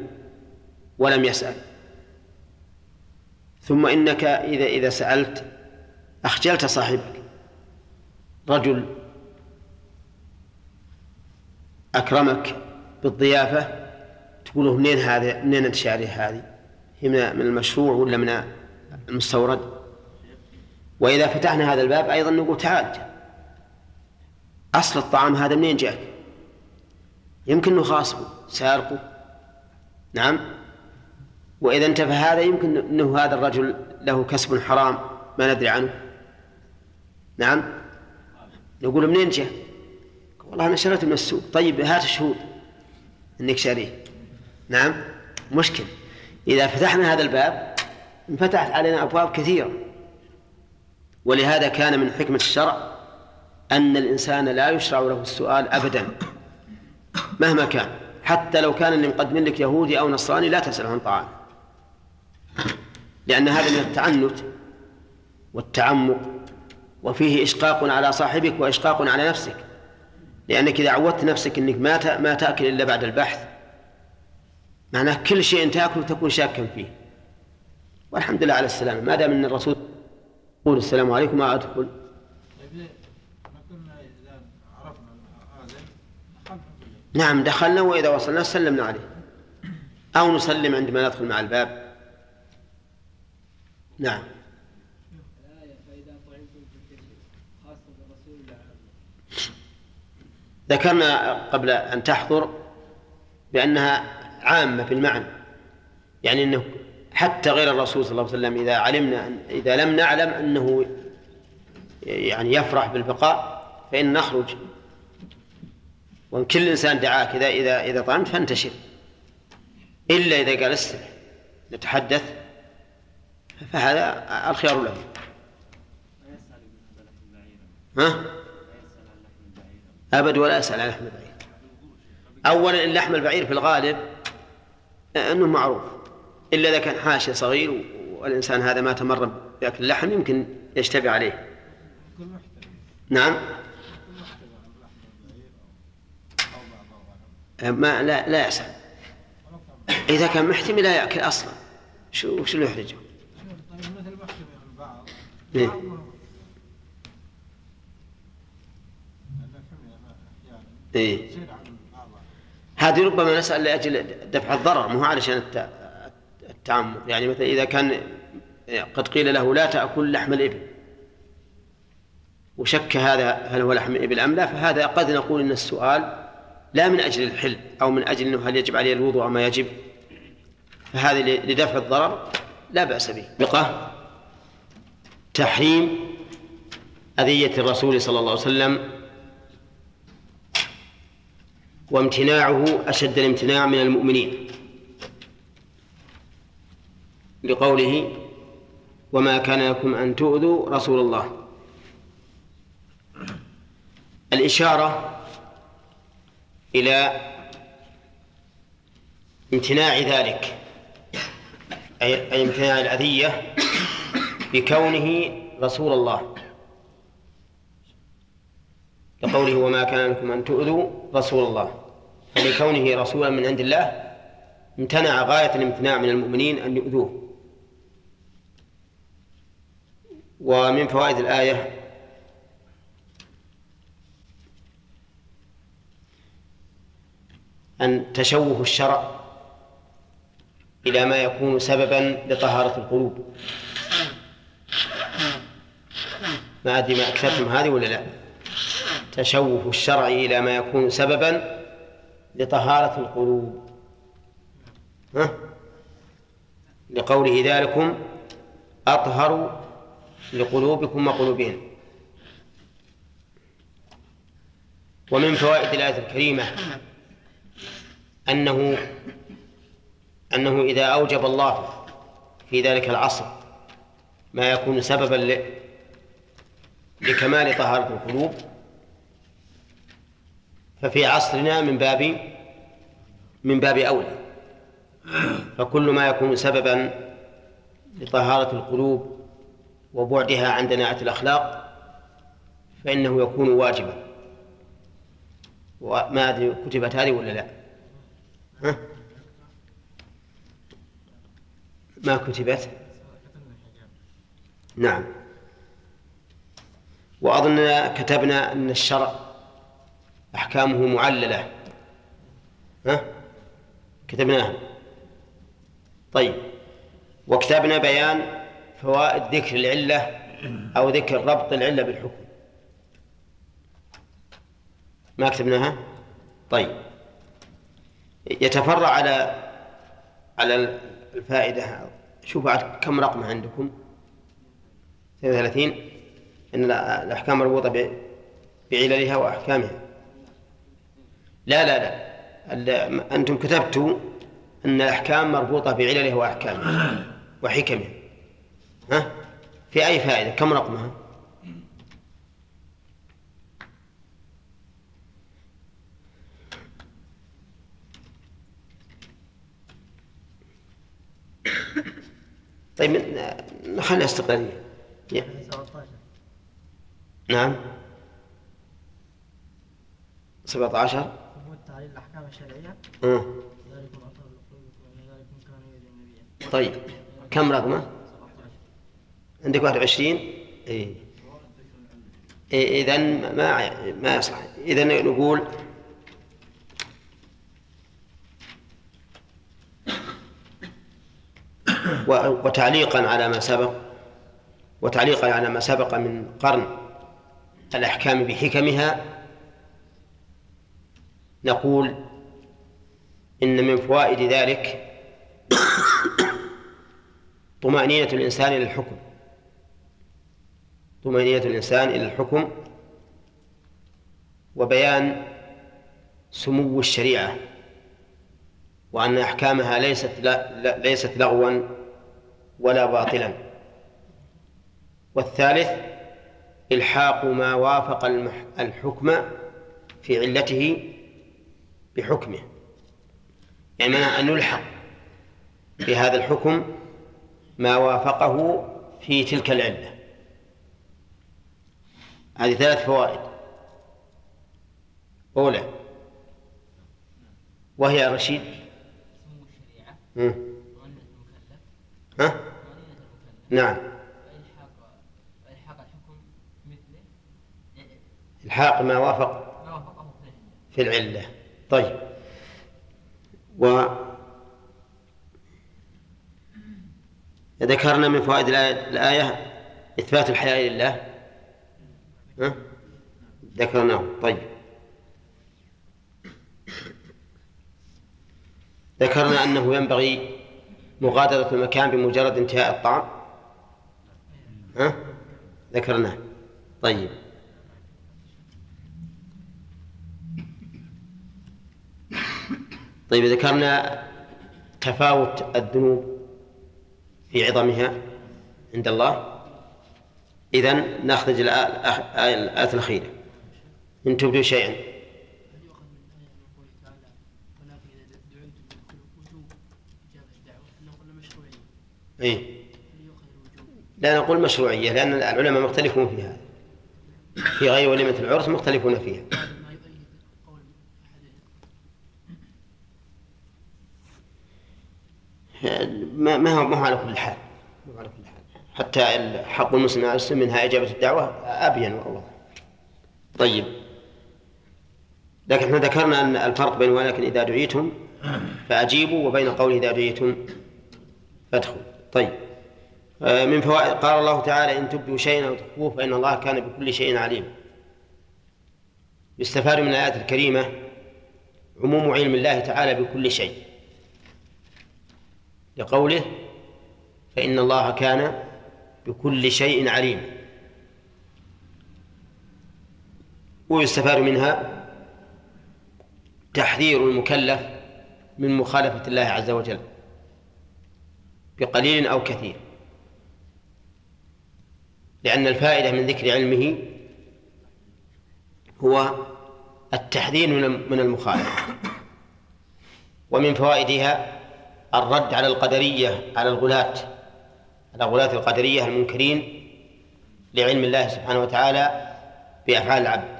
ولم يسأل. ثم إنك إذا إذا سألت أخجلت صاحبك، رجل أكرمك بالضيافة تقول له منين هذا، منين أنت شاري هذه، هي من المشروع ولا من المستورد؟ وإذا فتحنا هذا الباب أيضا نقول تعال، أصل الطعام هذا منين جاك؟ يمكن أنه خاصه سارقه، نعم. وإذا انتفى هذا يمكن أنه هذا الرجل له كسب حرام ما ندري عنه، نعم. نقول منين جاء؟ والله أنا شريته من السوق. طيب هات الشهود أنك شاريه، نعم. مشكل إذا فتحنا هذا الباب انفتحت علينا أبواب كثيرة. ولهذا كان من حكمة الشرع أن الإنسان لا يشرع له السؤال أبدا مهما كان، حتى لو كان اللي مقدم لك يهودي أو نصراني لا تسأله عن طعام، لأن هذا من التعنت والتعمق، وفيه إشقاق على صاحبك وإشقاق على نفسك، لأنك إذا عودت نفسك أنك ما ما تأكل إلا بعد البحث، معناه كل شيء تأكل تكون شاكا فيه. والحمد لله على السلامة، ما دام أن الرسول يقول السلام عليكم ما أدخل. نعم دخلنا، وإذا وصلنا سلمنا عليه أو نسلم عندما ندخل مع الباب. نعم. ذكرنا قبل أن تحضر بأنها عامة في المعنى، يعني أنه حتى غير الرسول صلى الله عليه وسلم إذا علمنا إذا لم نعلم أنه يعني يفرح بالبقاء فإن نخرج، وإن كل إنسان دعاك إذا إذا إذا طعمت فانتشر، إلا إذا قال استمع نتحدث فهذا الخيار له. ها؟ أبد ولا أسأل عن لحم البعير. أولا اللحم البعير في الغالب أنه معروف، إلا إذا كان حاشي صغير والإنسان هذا ما تمر بأكل اللحم يمكن يشتبه عليه. نعم. ما لا لا يسأل، إذا كان محتمل لا يأكل أصلا، شو شو اللي يحرجه؟ إيه؟ إيه؟ هذه ربما نسأل لأجل دفع الضرر مو علشان التعمق. يعني مثلا إذا كان قد قيل له لا تأكل لحم الإبل وشك هذا هل هو لحم الإبل أم لا، فهذا قد نقول إن السؤال لا من أجل الحل أو من أجل أنه هل يجب عليه الوضوء أو ما يجب، فهذا لدفع الضرر لا بأس به. بقى تحريم أذية الرسول صلى الله عليه وسلم وامتناعه أشد الامتناع من المؤمنين، لقوله وما كان لكم أن تؤذوا رسول الله. الإشارة إلى امتناع ذلك، أي امتناع الأذية بكونه رسول الله، لقوله وما كان لكم أن تؤذوا رسول الله، فلكونه رسولا من عند الله امتنع غاية الامتناع من المؤمنين أن يؤذوه. ومن فوائد الآية أن تشوه الشرع إلى ما يكون سببا لطهارة القلوب. ما أدري ما أكثرتم هذه ولا لا؟ تشوه الشرع إلى ما يكون سببا لطهارة القلوب، ها؟ لقوله ذلكم أطهر لقلوبكم وقلوبهم. ومن فوائد الآية الكريمة أنه أنه إذا أوجب الله في ذلك العصر ما يكون سببا لكمال طهارة القلوب، ففي عصرنا من باب من باب أولى. فكل ما يكون سببا لطهارة القلوب وبعدها عن دناءة الأخلاق فإنه يكون واجبا. وما أدري كتبت هذه ولا لا؟ ها؟ ما كتبت؟ نعم. وأظننا كتبنا أن الشرع أحكامه معللة، ها؟ كتبناها. طيب، وكتبنا بيان فوائد ذكر العلة أو ذكر ربط العلة بالحكم، ما كتبناها؟ طيب، يتفرع على على الفائدة. شوفوا كم رقم عندكم؟ اثنين وثلاثين. إن الأحكام مربوطة بعللها وأحكامها. لا لا لا، أنتم كتبتوا أن الأحكام مربوطة بعللها وأحكامها وحكمها. ها؟ في أي فائدة؟ كم رقمها؟ طيب نخلي استقلالية. نعم، سبعة عشر. تعليل الأحكام الشرعية. آه. طيب كم رقمه؟ عندك واحد وعشرين. إيه. إيه إذن ما ما يصلح. إذن نقول وتعليقا على ما سبق وتعليقا على ما سبق من قرن الأحكام بحكمها، نقول إن من فوائد ذلك طمأنينة الإنسان إلى الحكم طمأنينة الإنسان إلى الحكم وبيان سمو الشريعة، وأن أحكامها ليست لا ليست لغوا ولا باطلا. والثالث إلحاق ما وافق الحكم في علته بحكمه، يعني أن نلحق بهذا الحكم ما وافقه في تلك العلة. هذه ثلاث فوائد. أولى وهي يا رشيد سمو الشريعة طمأنينة المكلف. ها؟ نعم. وإلحاق وإلحاق الحكم مثله إلحاق ما وافق ما وافقه في العلة. طيب، و ذكرنا من فوائد الآية إثبات الحياء لله. ها؟ ذكرناه. طيب، ذكرنا أنه ينبغي مغادرة المكان بمجرد انتهاء الطعام. ها؟ ذكرناه. طيب، طيب ذكرنا تفاوت الذنوب في عظمها عند الله. إذن نأخذ الآية الأخيرة: إن تبدوا شيئا. إيه؟ لا نقول مشروعية، لأن العلماء مختلفون فيها، في غير وليمة العرس مختلفون فيها. ما ما هو ما هو على كل حال، على كل حال. حتى حق المسلم على المسلم منها إجابة الدعوة أبين والله. طيب، لكن احنا ذكرنا أن الفرق بين ولكن إذا دعيتم فأجيبوا وبين قوله إذا دعيتم فادخلوا. طيب، من فوائد قال الله تعالى: إن تبدوا شيئا أو تخفوه فإن الله كان بكل شيء عليم. يستفاد من الآيات الكريمة عموم علم الله تعالى بكل شيء، لقوله: فإن الله كان بكل شيء عليم. ويستفاد منها تحذير المكلف من مخالفة الله عز وجل بقليل أو كثير، لأن الفائدة من ذكر علمه هو التحذير من المخالفة. ومن فوائدها الرد على القدرية، على الغلاة على غلاة القدرية المنكرين لعلم الله سبحانه وتعالى بأفعال العبد،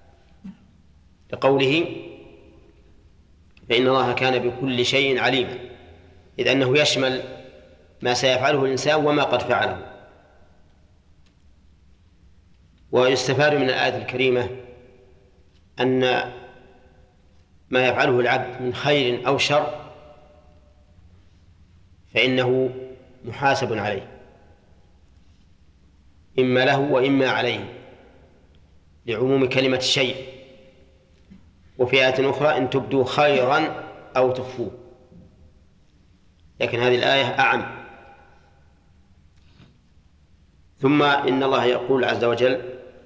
لقوله: فإن الله كان بكل شيء عليما، إذ أنه يشمل ما سيفعله الإنسان وما قد فعله. ويستفاد من الآية الكريمة أن ما يفعله العبد من خير أو شر فإنه محاسب عليه، إما له وإما عليه، لعموم كلمة الشيء. وفي آية أخرى إن تبدوا خيرا أو تخفوه، لكن هذه الآية أعم. ثم إن الله يقول عز وجل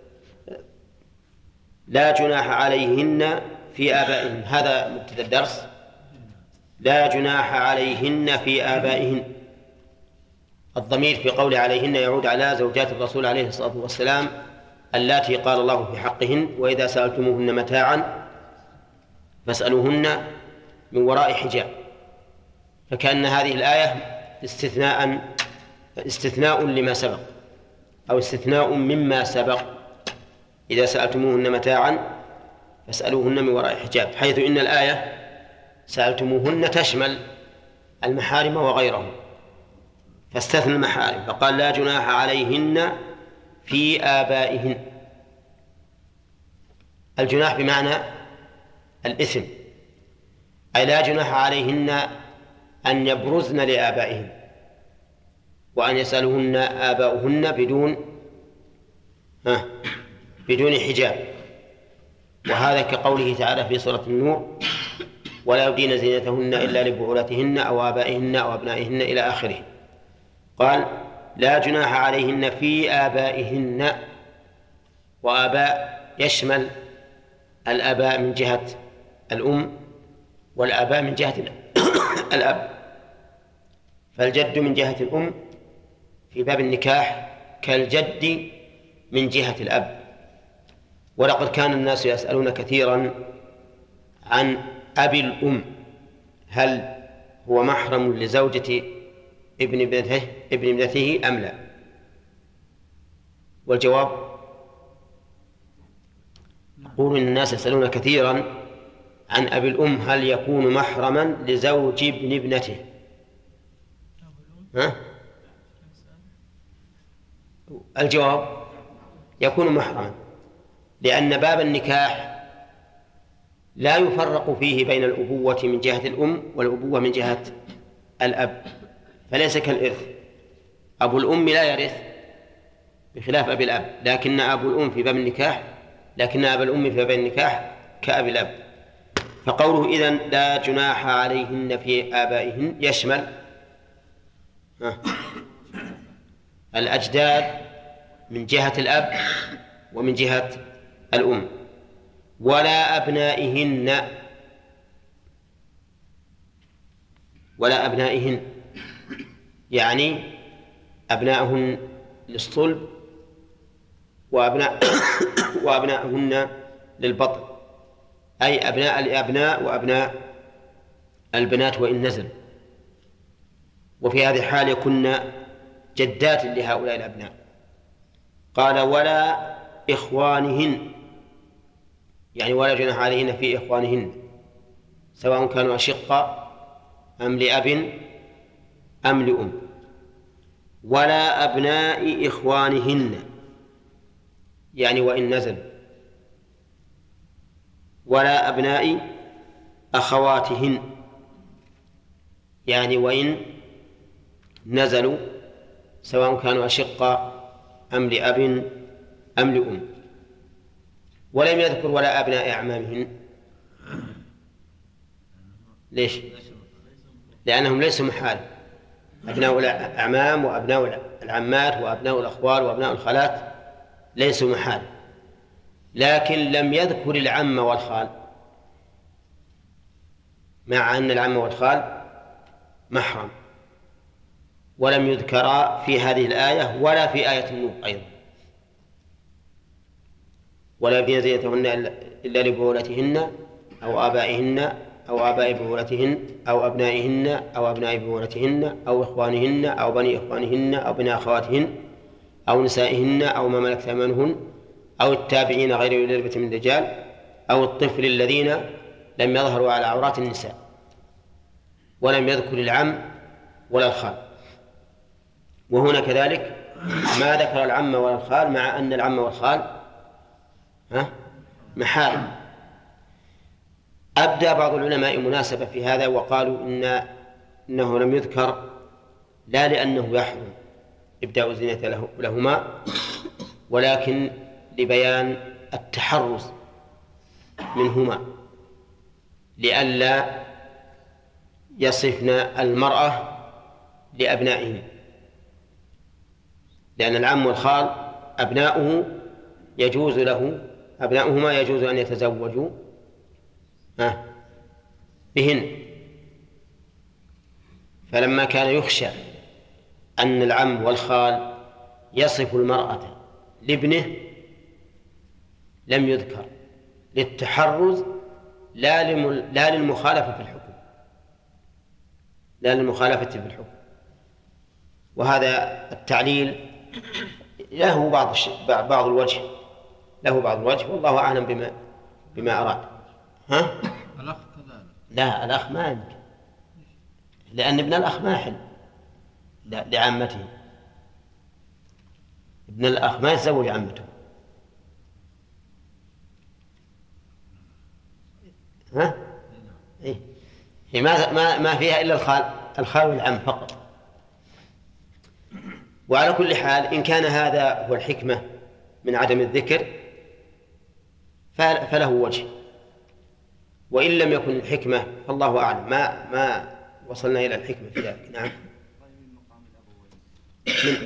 لا جناح عليهن في آبائهن، هذا مبتدأ الدرس، لا جناح عليهن في آبائهن. الضمير في قول عليهن يعود على زوجات الرسول عليه الصلاة والسلام اللاتي قال الله في حقهن وإذا سألتموهن متاعا فاسألوهن من وراء حجاب. فكأن هذه الآية استثناء استثناء لما سبق، أو استثناء مما سبق، إذا سألتموهن متاعا فاسألوهن من وراء حجاب، حيث إن الآية سألتموهن تشمل المحارم وغيرهم، فاستثنى المحارم فقال لا جناح عليهن في آبائهن. الجناح بمعنى الإثم، أي لا جناح عليهن أن يبرزن لآبائهن وأن يسألوهن آباؤهن بدون ها بدون حجاب. وهذا كقوله تعالى في سورة النور ولا يبدين زينتهن إلا لبعولتهن أو آبائهن أو أبنائهن إلى آخره. قال لا جناح عليهن في آبائهن، وآباء يشمل الآباء من جهة الأم والآباء من جهة الأب. فالجد من جهة الأم في باب النكاح كالجد من جهة الأب. ولقد كان الناس يسألون كثيرا عن أبي الأم، هل هو محرم لزوجة ابن ابنته ابن ابنته أم لا؟ والجواب نقول إن الناس يسألون كثيرا عن أبي الأم هل يكون محرما لزوج ابن ابنته. ها؟ الجواب يكون محرما، لأن باب النكاح لا يفرق فيه بين الأبوة من جهة الأم والأبوة من جهة الأب، فليس كالإرث. أبو الأم لا يرث بخلاف أبي الأب، لكن أبو الأم في باب النكاح لكن أبا الأم في باب النكاح كأبي الأب. فقوله إذن لا جناح عليهن في آبائهن يشمل الأجداد من جهة الأب ومن جهة الأم. ولا أبنائهن، ولا أبنائهن يعني أبنائهن للصلب وأبناء وأبنائهن للبطن، أي أبناء الأبناء وأبناء البنات وإن نزل. وفي هذه الحال يكون جدات لهؤلاء الأبناء. قال ولا إخوانهن، يعني ولا جناح عليهن في إخوانهن سواء كانوا أشقة أم لأب أم لأم. ولا أبناء إخوانهن يعني وإن نزل. ولا أبناء أخواتهن يعني وإن نزلوا سواء كانوا أشقة أم لأب أم لأم. ولم يذكر ولا أبناء أعمامهن. ليش؟ لأنهم ليسوا محال، أبناء الأعمام وأبناء العمات وأبناء الأخوال وأبناء الخالات ليسوا محال، لكن لم يذكر العم والخال، مع أن العم والخال محرم، ولم يذكرا في هذه الآية ولا في آية النور أيضا. ولا يبدين زينتهن إلا لبعولتهن أو آبائهن أو آباء بعولتهن أو أبنائهن أو أبناء بعولتهن أو إخوانهن أو بني إخوانهن أو بني أخواتهن أو نسائهن أو ما ملكت أيمانهن أو التابعين غير أولي الإربة من الرجال أو الطفل الذين لم يظهروا على عورات النساء. ولم يذكر العم ولا الخال. وهنا كذلك ما ذكر العم ولا الخال، مع أن العم والخال ها محارم. أبدى بعض العلماء مناسبة في هذا وقالوا إن إنه لم يذكر لا لأنه يحرم إبداء الزينة له لهما، ولكن لبيان التحرز منهما لئلا يصفن المرأة لأبنائهم، لأن العم والخال أبناؤه يجوز له أبناؤهما يجوز أن يتزوجوا بهن. فلما كان يخشى أن العم والخال يصف المرأة لابنه لم يذكر للتحرز لا لا للمخالفة في الحكم لا للمخالفة في الحكم. وهذا التعليل له بعض بعض الوجه له بعض الوجه والله أعلم بما بما أراد. ها؟ الأخ كذلك. لا الأخ ما يمكن، لأن ابن الأخ ما يحل لعمته. ابن الأخ ما يتزوج عمته. ها؟ إيه؟ هي ما ما ما فيها إلا الخال الخال والعم فقط. وعلى كل حال إن كان هذا هو الحكمة من عدم الذكر فله وجه، وإن لم يكن الحكمة فالله أعلم. ما ما وصلنا إلى الحكمة في ذلك. نعم. من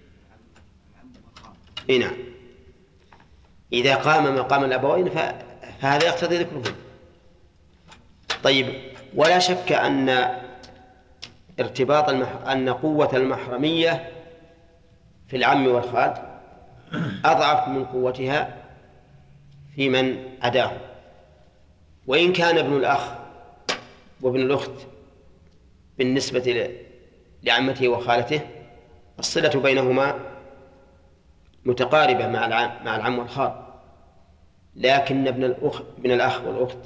إيه نعم. إذا قام مقام الأبوين فهذا يقتضي ذكرهم. طيب، ولا شك أن ارتباط المح... أن قوة المحرمية في العم والخال أضعف من قوتها في من عداه. وإن كان ابن الأخ وابن الأخت بالنسبة لعمته وخالته الصلة بينهما متقاربة مع العم, مع العم والخال، لكن ابن الأخ ابن الأخ والأخت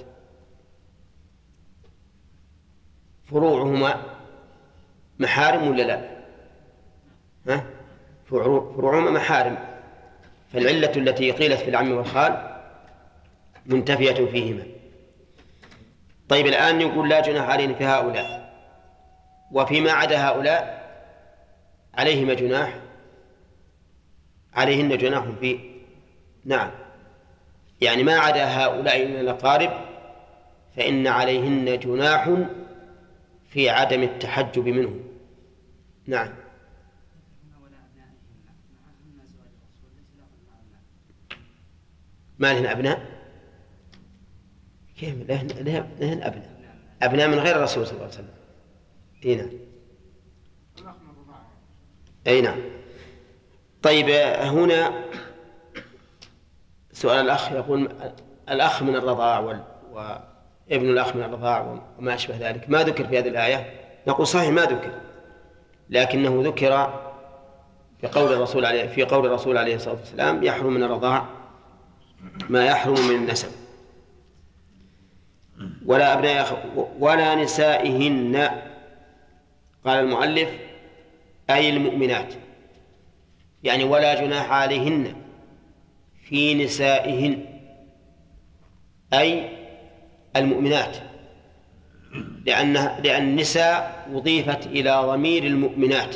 فروعهما محارم ولا لا؟ ها؟ فروعهما محارم، فالعلة التي قيلت في العم والخال منتفية فيهما. طيب، الآن يقول لا جناح علينا في هؤلاء، وفيما عدا هؤلاء عليهما جناح عليهن جناح فيه. نعم، يعني ما عدا هؤلاء من الأقارب فإن عليهن جناح في عدم التحجب منهم. نعم. ما لهن أبناء؟ كيف لهن, لهن أبناء؟ أبناء من غير الرسول صلى الله عليه وسلم. أي نعم. أي نعم. طيب، هنا سؤال الأخ يقول الأخ من الرضاع وابن الأخ من الرضاع وما أشبه ذلك ما ذكر في هذه الآية. نقول صحيح ما ذكر، لكنه ذكر في قول الرسول عليه في قول الرسول عليه الصلاة والسلام يحرم من الرضاع ما يحرم من النسب. ولا أبناء ولا نسائهن، قال المؤلف أي المؤمنات، يعني ولا جناح عليهن في نسائهن أي المؤمنات، لأن لأن النساء أضيفت إلى ضمير المؤمنات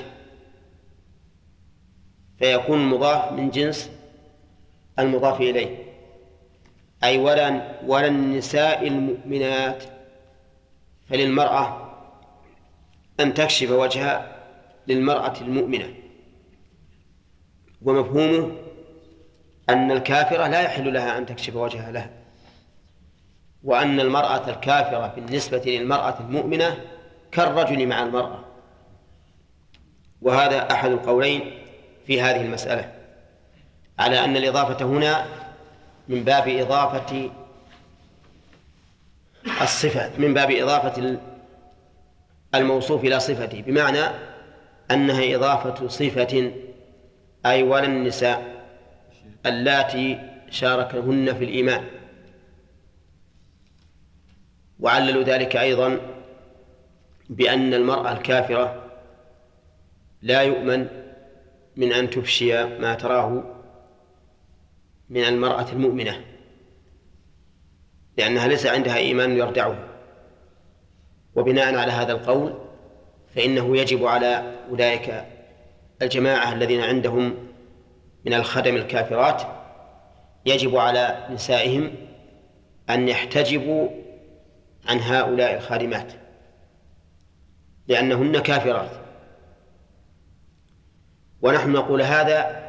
فيكون المضاف من جنس المضاف إليه، أي ولا ولا النساء المؤمنات. فللمرأة أن تكشف وجهها للمرأة المؤمنة، ومفهومه أن الكافرة لا يحل لها أن تكشف وجهها لها، وأن المرأة الكافرة بالنسبة للمرأة المؤمنة كالرجل مع المرأة. وهذا أحد القولين في هذه المسألة، على أن الإضافة هنا من باب إضافة الصفة من باب إضافة الموصوف إلى صفته، بمعنى أنها إضافة صفة، أي ولا النساء اللاتي شاركهن في الإيمان. وعللوا ذلك أيضا بأن المرأة الكافرة لا يؤمن من أن تفشي ما تراه من المرأة المؤمنة، لأنها ليس عندها إيمان يردعه. وبناء على هذا القول فإنه يجب على أولئك الجماعة الذين عندهم من الخدم الكافرات، يجب على نسائهم أن يحتجبوا عن هؤلاء الخادمات لأنهن كافرات. ونحن نقول هذا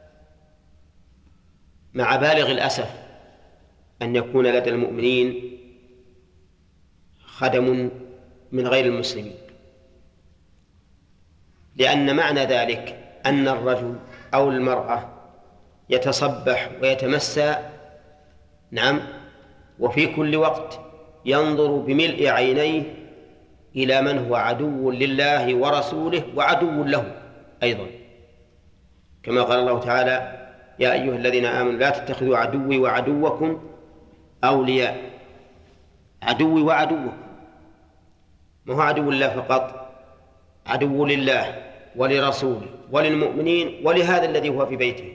مع بالغ الأسف أن يكون لدى المؤمنين خدم من غير المسلمين، لأن معنى ذلك أن الرجل أو المرأة يتصبح ويتمسى، نعم، وفي كل وقت ينظر بملء عينيه إلى من هو عدو لله ورسوله وعدو له أيضا، كما قال الله تعالى: يا أيها الذين آمنوا لا تتخذوا عدوي وعدوكم أولياء. عدوي وعدوكم، ما هو عدو الله فقط، عدو لله ولرسوله وللمؤمنين ولهذا الذي هو في بيته.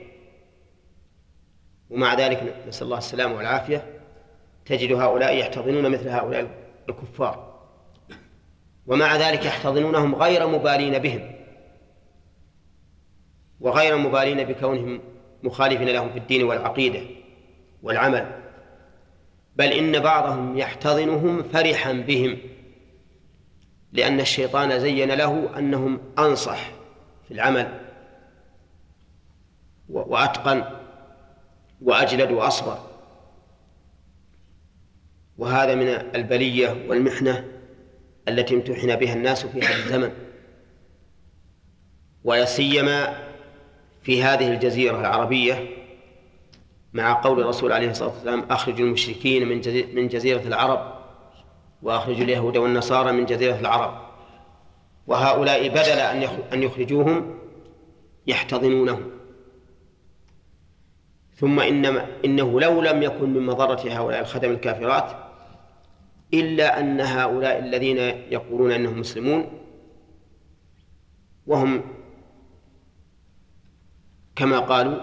ومع ذلك نسأل الله السلامة والعافية تجد هؤلاء يحتضنون مثل هؤلاء الكفار، ومع ذلك يحتضنونهم غير مبالين بهم وغير مبالين بكونهم مخالفين لهم في الدين والعقيدة والعمل، بل إن بعضهم يحتضنهم فرحا بهم، لأن الشيطان زين له أنهم أنصح في العمل وأتقن وأجلد وأصبر. وهذا من البلية والمحنة التي امتحن بها الناس في هذا الزمن، ويسيما في هذه الجزيرة العربية، مع قول الرسول عليه الصلاة والسلام: أخرجوا المشركين من جزيرة العرب وأخرجوا اليهود والنصارى من جزيرة العرب. وهؤلاء بدل أن يخرجوهم يحتضنونهم. ثم إنما إنه لو لم يكن من مضرة هؤلاء الخدم الكافرات إلا أن هؤلاء الذين يقولون أنهم مسلمون وهم كما قالوا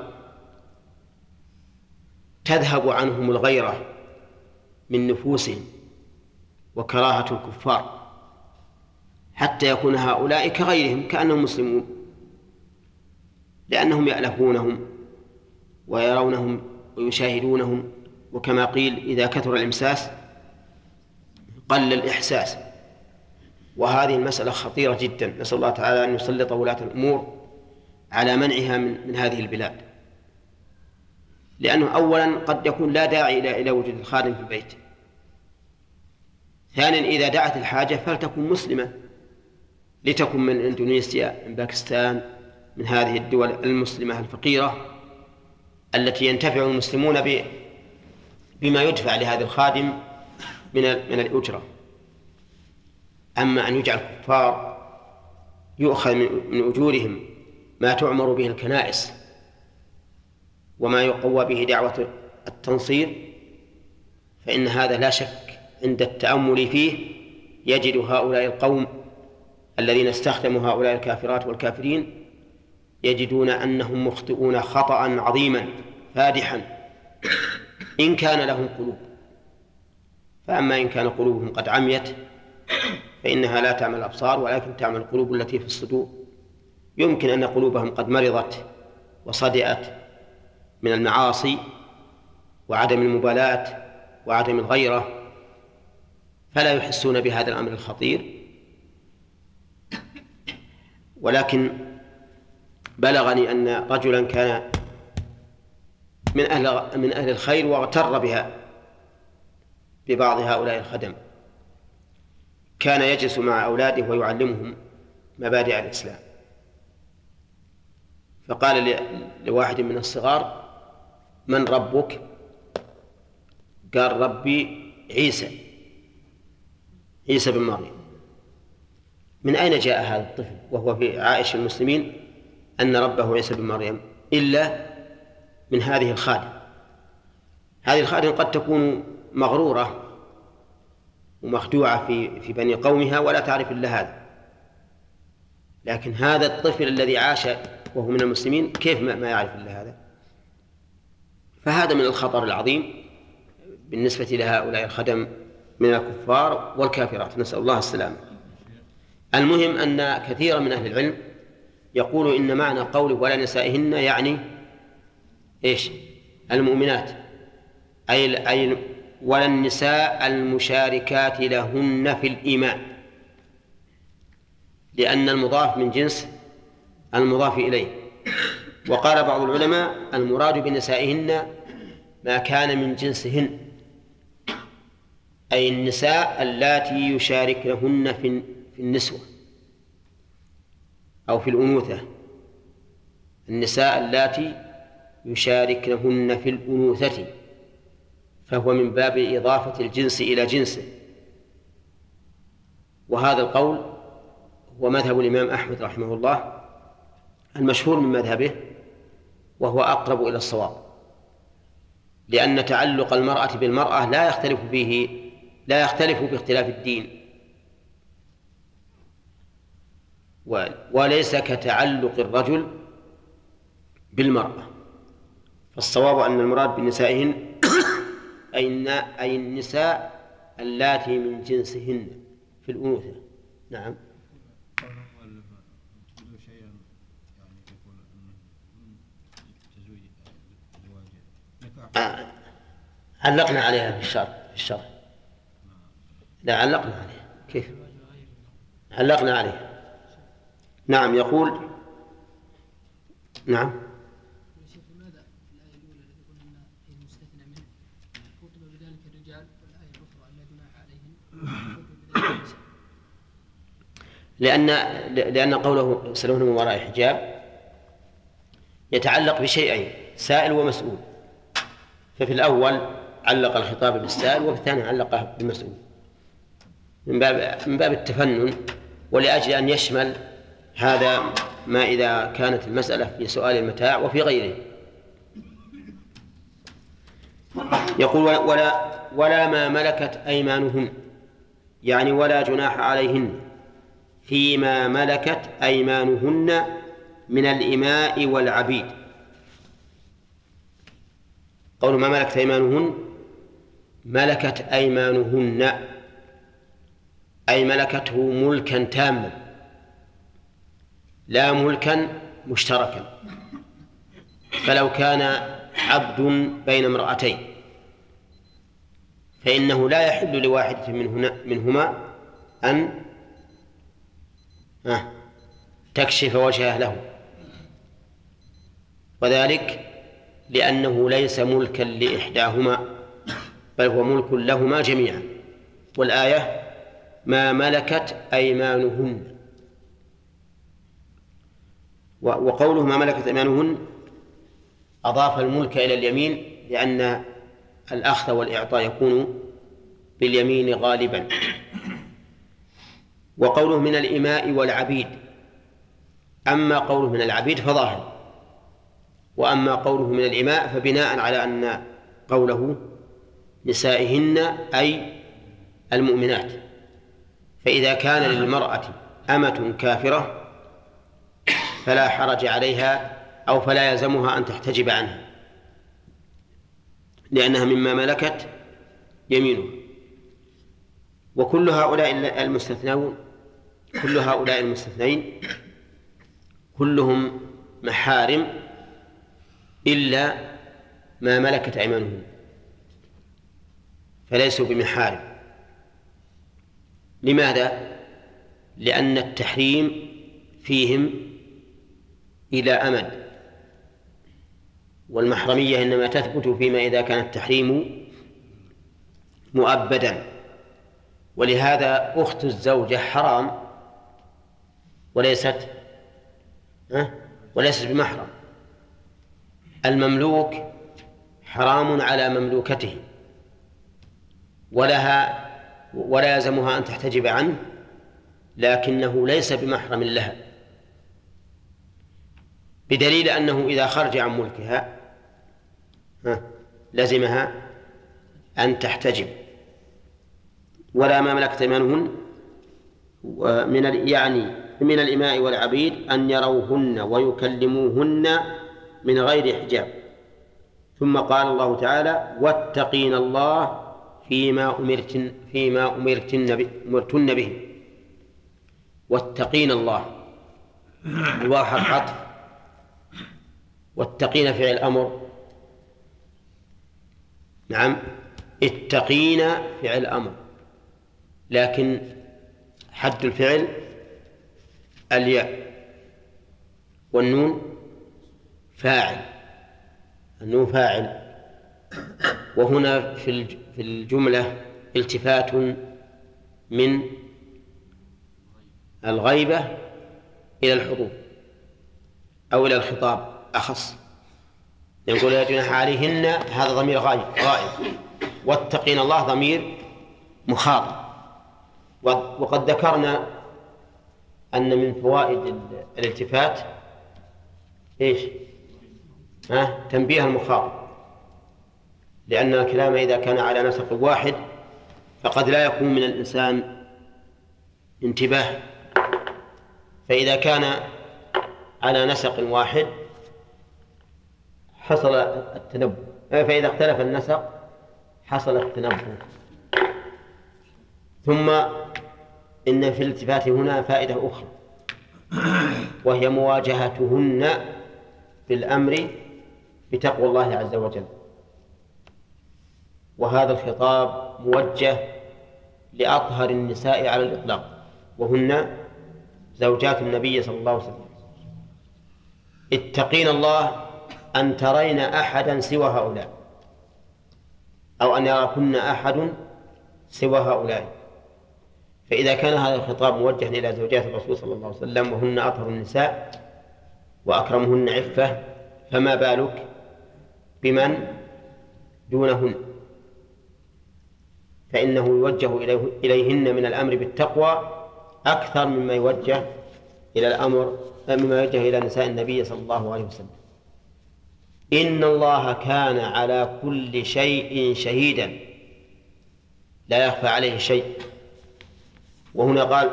تذهب عنهم الغيرة من نفوسهم وكراهة الكفار، حتى يكون هؤلاء كغيرهم كأنهم مسلمون، لأنهم يألفونهم ويرونهم ويشاهدونهم. وكما قيل: إذا كثر الإمساس قل الإحساس. وهذه المسألة خطيرة جدا، نسأل الله تعالى أن يسلط ولاة الأمور على منعها من, من هذه البلاد، لأنه أولا قد يكون لا داعي إلى إلى وجود الخادم في البيت. ثانيا إذا دعت الحاجة فلتكن مسلمة، لتكن من إندونيسيا، من باكستان، من هذه الدول المسلمة الفقيرة التي ينتفع المسلمون بما يدفع لهذا الخادم من من الأجرة. أما أن يجعل الكفار يؤخذ من أجورهم ما تعمر به الكنائس وما يقوى به دعوة التنصير، فإن هذا لا شك عند التأمل فيه يجد هؤلاء القوم الذين استخدموا هؤلاء الكافرات والكافرين يجدون أنهم مخطئون خطأ عظيما فادحا إن كان لهم قلوب. فأما إن كان قلوبهم قد عميت فإنها لا تعمل الأبصار ولكن تعمل القلوب التي في الصدور. يمكن أن قلوبهم قد مرضت وصدئت من المعاصي وعدم المبالاة وعدم الغيرة، فلا يحسون بهذا الأمر الخطير. ولكن بلغني أن رجلا كان من أهل, من أهل الخير واغتر بها ببعض هؤلاء الخدم، كان يجلس مع أولاده ويعلمهم مبادئ الإسلام، فقال لواحد من الصغار: من ربك؟ قال: ربي عيسى عيسى بن مريم. من أين جاء هذا الطفل وهو في عائش المسلمين أن ربه عيسى بن مريم؟ إلا من هذه الخادم. هذه الخادم قد تكون مغرورة ومخدوعة في في بني قومها ولا تعرف إلا هذا، لكن هذا الطفل الذي عاش وهو من المسلمين كيف ما يعرف إلا هذا؟ فهذا من الخطر العظيم بالنسبة لهؤلاء الخدم من الكفار والكافرات، نسأل الله السلامة. المهم أن كثيرا من أهل العلم يقول إن معنى قوله ولا نسائهن يعني إيش؟ المؤمنات، أي أي ولا النساء المشاركات لهن في الإيمان، لأن المضاف من جنس المضاف إليه. وقال بعض العلماء المراد بنسائهن ما كان من جنسهن، أي النساء اللاتي يشاركهن في النسوة أو في الأنوثة، النساء اللاتي يشاركهن في الأنوثة، فهو من باب إضافة الجنس إلى جنسه. وهذا القول هو مذهب الإمام أحمد رحمه الله المشهور من مذهبه، وهو أقرب إلى الصواب، لأن تعلق المرأة بالمرأة لا يختلف فيه لا يختلف باختلاف الدين، وليس كتعلق الرجل بالمرأة. فالصواب أن المراد بنسائهن أي النساء اللاتي من جنسهن في الأنوثة. نعم. آه. علقنا عليها في الشرح في الشرح لا علقنا عليها. كيف علقنا عليها؟ نعم. يقول نعم. لماذا في الآية الأولى التي قلنا هي المستثنى منه خطب بذلك الرجال، والآية الأخرى لا جناح عليهم خطب بذلك النساء؟ لأن لأن قوله يسألون من وراء حجاب يتعلق بشيئين، سائل ومسؤول، ففي الأول علق الخطاب بالسائل وفي الثاني علقه بالمسؤول من باب من باب التفنن، ولأجل أن يشمل هذا ما إذا كانت المسألة في سؤال المتاع وفي غيره. يقول ولا ولا ما ملكت أيمانهن، يعني ولا جناح عليهن فيما ملكت أيمانهن من الإماء والعبيد. قول ما ملكت أيمانهن، ملكت أيمانهن أي ملكته ملكا تاما لا ملكا مشتركا. فلو كان عبد بين امرأتين فإنه لا يحل لواحدة منهما أن تكشف وجهه له، وذلك لأنه ليس ملكا لإحداهما بل هو ملك لهما جميعا. والآية ما ملكت أيمانهن، وقوله ما ملكت أيمانهن أضاف الملك إلى اليمين، لأن الأخذ والإعطاء يكون باليمين غالبا. وقوله من الإماء والعبيد، أما قوله من العبيد فظاهر، وأما قوله من الإماء فبناء على أن قوله نسائهن أي المؤمنات. فإذا كان للمرأة أمة كافرة فلا حرج عليها أو فلا يلزمها أن تحتجب عنها، لأنها مما ملكت يمينه. وكل هؤلاء المستثنون كل هؤلاء المستثنين كلهم محارم إلا ما ملكت أيمانهم، فليسوا بمحارم. لماذا؟ لأن التحريم فيهم إلى أمد، والمحرمية إنما تثبت فيما إذا كان التحريم مؤبدا. ولهذا أخت الزوجة حرام وليست أه؟ وليست بمحرم. المملوك حرام على مملوكته ولها ولا يلزمها أن تحتجب عنه، لكنه ليس بمحرم لها، بدليل أنه إذا خرج عن ملكها لزمها أن تحتجب. ولا ما ملكت أيمانهن من يعني من الإماء والعبيد أن يروهن ويكلموهن من غير حجاب. ثم قال الله تعالى واتقين الله فيما أمرتن, فيما أمرتن, أمرتن به. واتقين الله الواو حرف عطف، واتقين فعل أمر. نعم اتقين فعل أمر، لكن حد الفعل الياء، والنون فاعل، النون فاعل. وهنا في الجملة التفات من الغيبة إلى الحضور أو إلى الخطاب أخص. نقول لا جناح عليهن، هذا ضمير غائب، واتقين الله ضمير مخاطب. وقد ذكرنا أن من فوائد الالتفات إيش؟ ها؟ تنبيه المخاطب، لأن الكلام إذا كان على نسق واحد فقد لا يكون من الإنسان انتباه، فإذا كان على نسق واحد حصل التنبه، فإذا اختلف النسق حصل التنبه. ثم إن في الالتفات هنا فائدة أخرى، وهي مواجهتهن بالأمر بتقوى الله عز وجل. وهذا الخطاب موجه لأطهر النساء على الإطلاق، وهن زوجات النبي صلى الله عليه وسلم. اتقين الله أن ترين أحدا سوى هؤلاء، أو أن يراكن أحد سوى هؤلاء. فإذا كان هذا الخطاب موجه إلى زوجات الرسول صلى الله عليه وسلم وهن أطهر النساء وأكرمهن عفة، فما بالك بمن دونهن؟ فإنه يوجه إليهن من الأمر بالتقوى أكثر مما يوجه إلى الأمر مما يوجه إلى نساء النبي صلى الله عليه وسلم. إن الله كان على كل شيء شهيدا لا يخفى عليه شيء. وهنا قال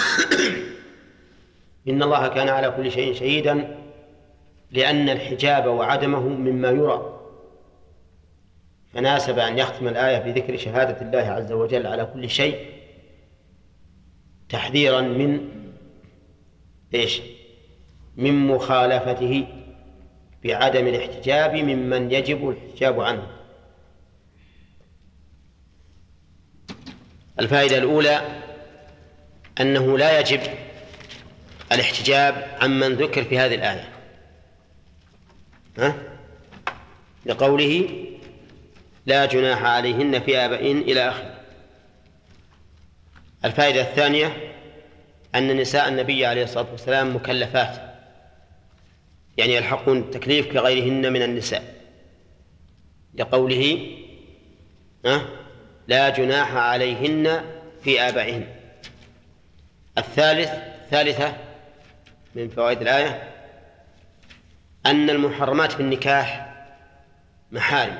إن الله كان على كل شيء شهيدا، لأن الحجاب وعدمه مما يرى، فناسب أن يختم الآية بذكر شهادة الله عز وجل على كل شيء تحذيرا من إيش؟ من مخالفته بعدم الاحتجاب ممن يجب الحجاب عنه. الفائدة الأولى أنه لا يجب الاحتجاب عمن ذكر في هذه الآية، ها؟ لقوله لا جناح عليهن في آبائهن إلى آخره. الفائدة الثانية أن نساء النبي عليه الصلاة والسلام مكلفات، يعني يلحقون التكليف كغيرهن من النساء، لقوله ها؟ لا جناح عليهن في آبائهن. الثالث ثالثة من فوائد الآية أن المحرمات في النكاح محارم،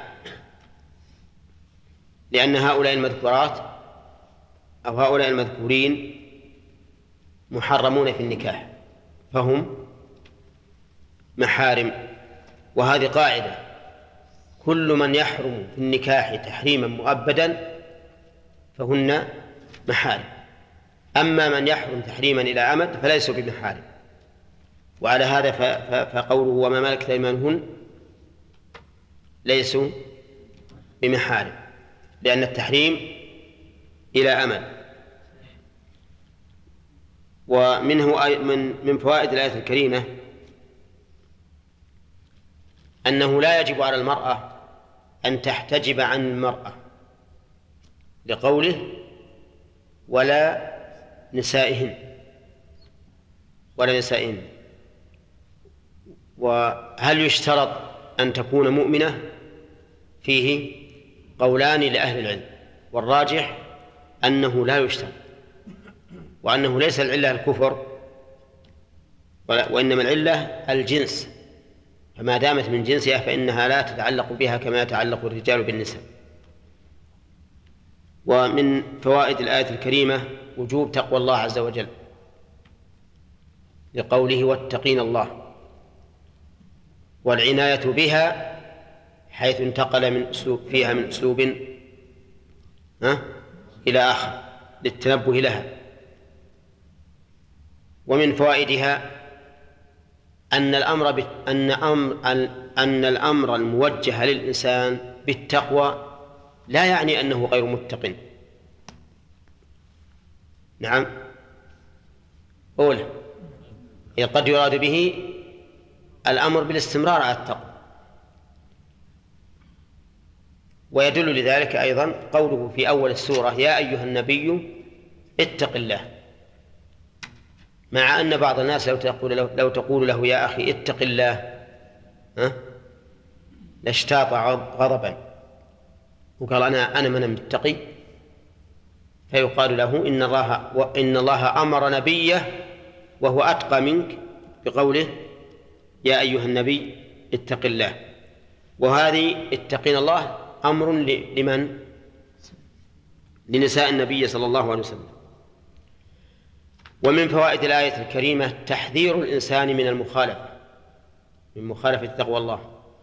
لأن هؤلاء المذكورات أو هؤلاء المذكورين محرمون في النكاح فهم محارم. وهذه قاعدة: كل من يحرم في النكاح تحريما مؤبدا فهن محارم، أما من يحرم تحريما إلى أمد فليسوا بمحارم. وعلى هذا فقوله وما ملكت أيمانهن ليسوا بمحارم، لأن التحريم إلى أمد. ومنه من من فوائد الآية الكريمة أنه لا يجب على المرأة أن تحتجب عن المرأة، لقوله ولا نسائهن ولا نسائهن. وهل يشترط أن تكون مؤمنة؟ فيه قولان لأهل العلم، والراجح أنه لا يشترط، وأنه ليس العلة الكفر، وإنما العلة الجنس، فما دامت من جنسها فإنها لا تتعلق بها كما يتعلق الرجال بالنساء. ومن فوائد الآية الكريمة وجوب تقوى الله عز وجل، لقوله واتقين الله، والعناية بها حيث انتقل من أسلوب فيها من أسلوب ها إلى آخر للتنبه لها. ومن فوائدها أن الأمر بت... أن أمر أن الأمر الموجه للإنسان بالتقوى لا يعني أنه غير متق. نعم، أولى قد يراد به الأمر بالاستمرار على التقوى. ويدل لذلك أيضا قوله في أول السورة يا أيها النبي اتق الله، مع أن بعض الناس لو تقول له, لو تقول له يا أخي اتق الله ها لاشتاط غضبا وقال أنا أنا من متقي، فيقال له إن الله وإن الله أمر نبيه وهو أتقى منك بقوله يا أيها النبي اتق الله. وهذه اتقين الله أمر لمن؟ لنساء النبي صلى الله عليه وسلم. ومن فوائد الآية الكريمة تحذير الإنسان من المخالفة من مخالفة تقوى الله،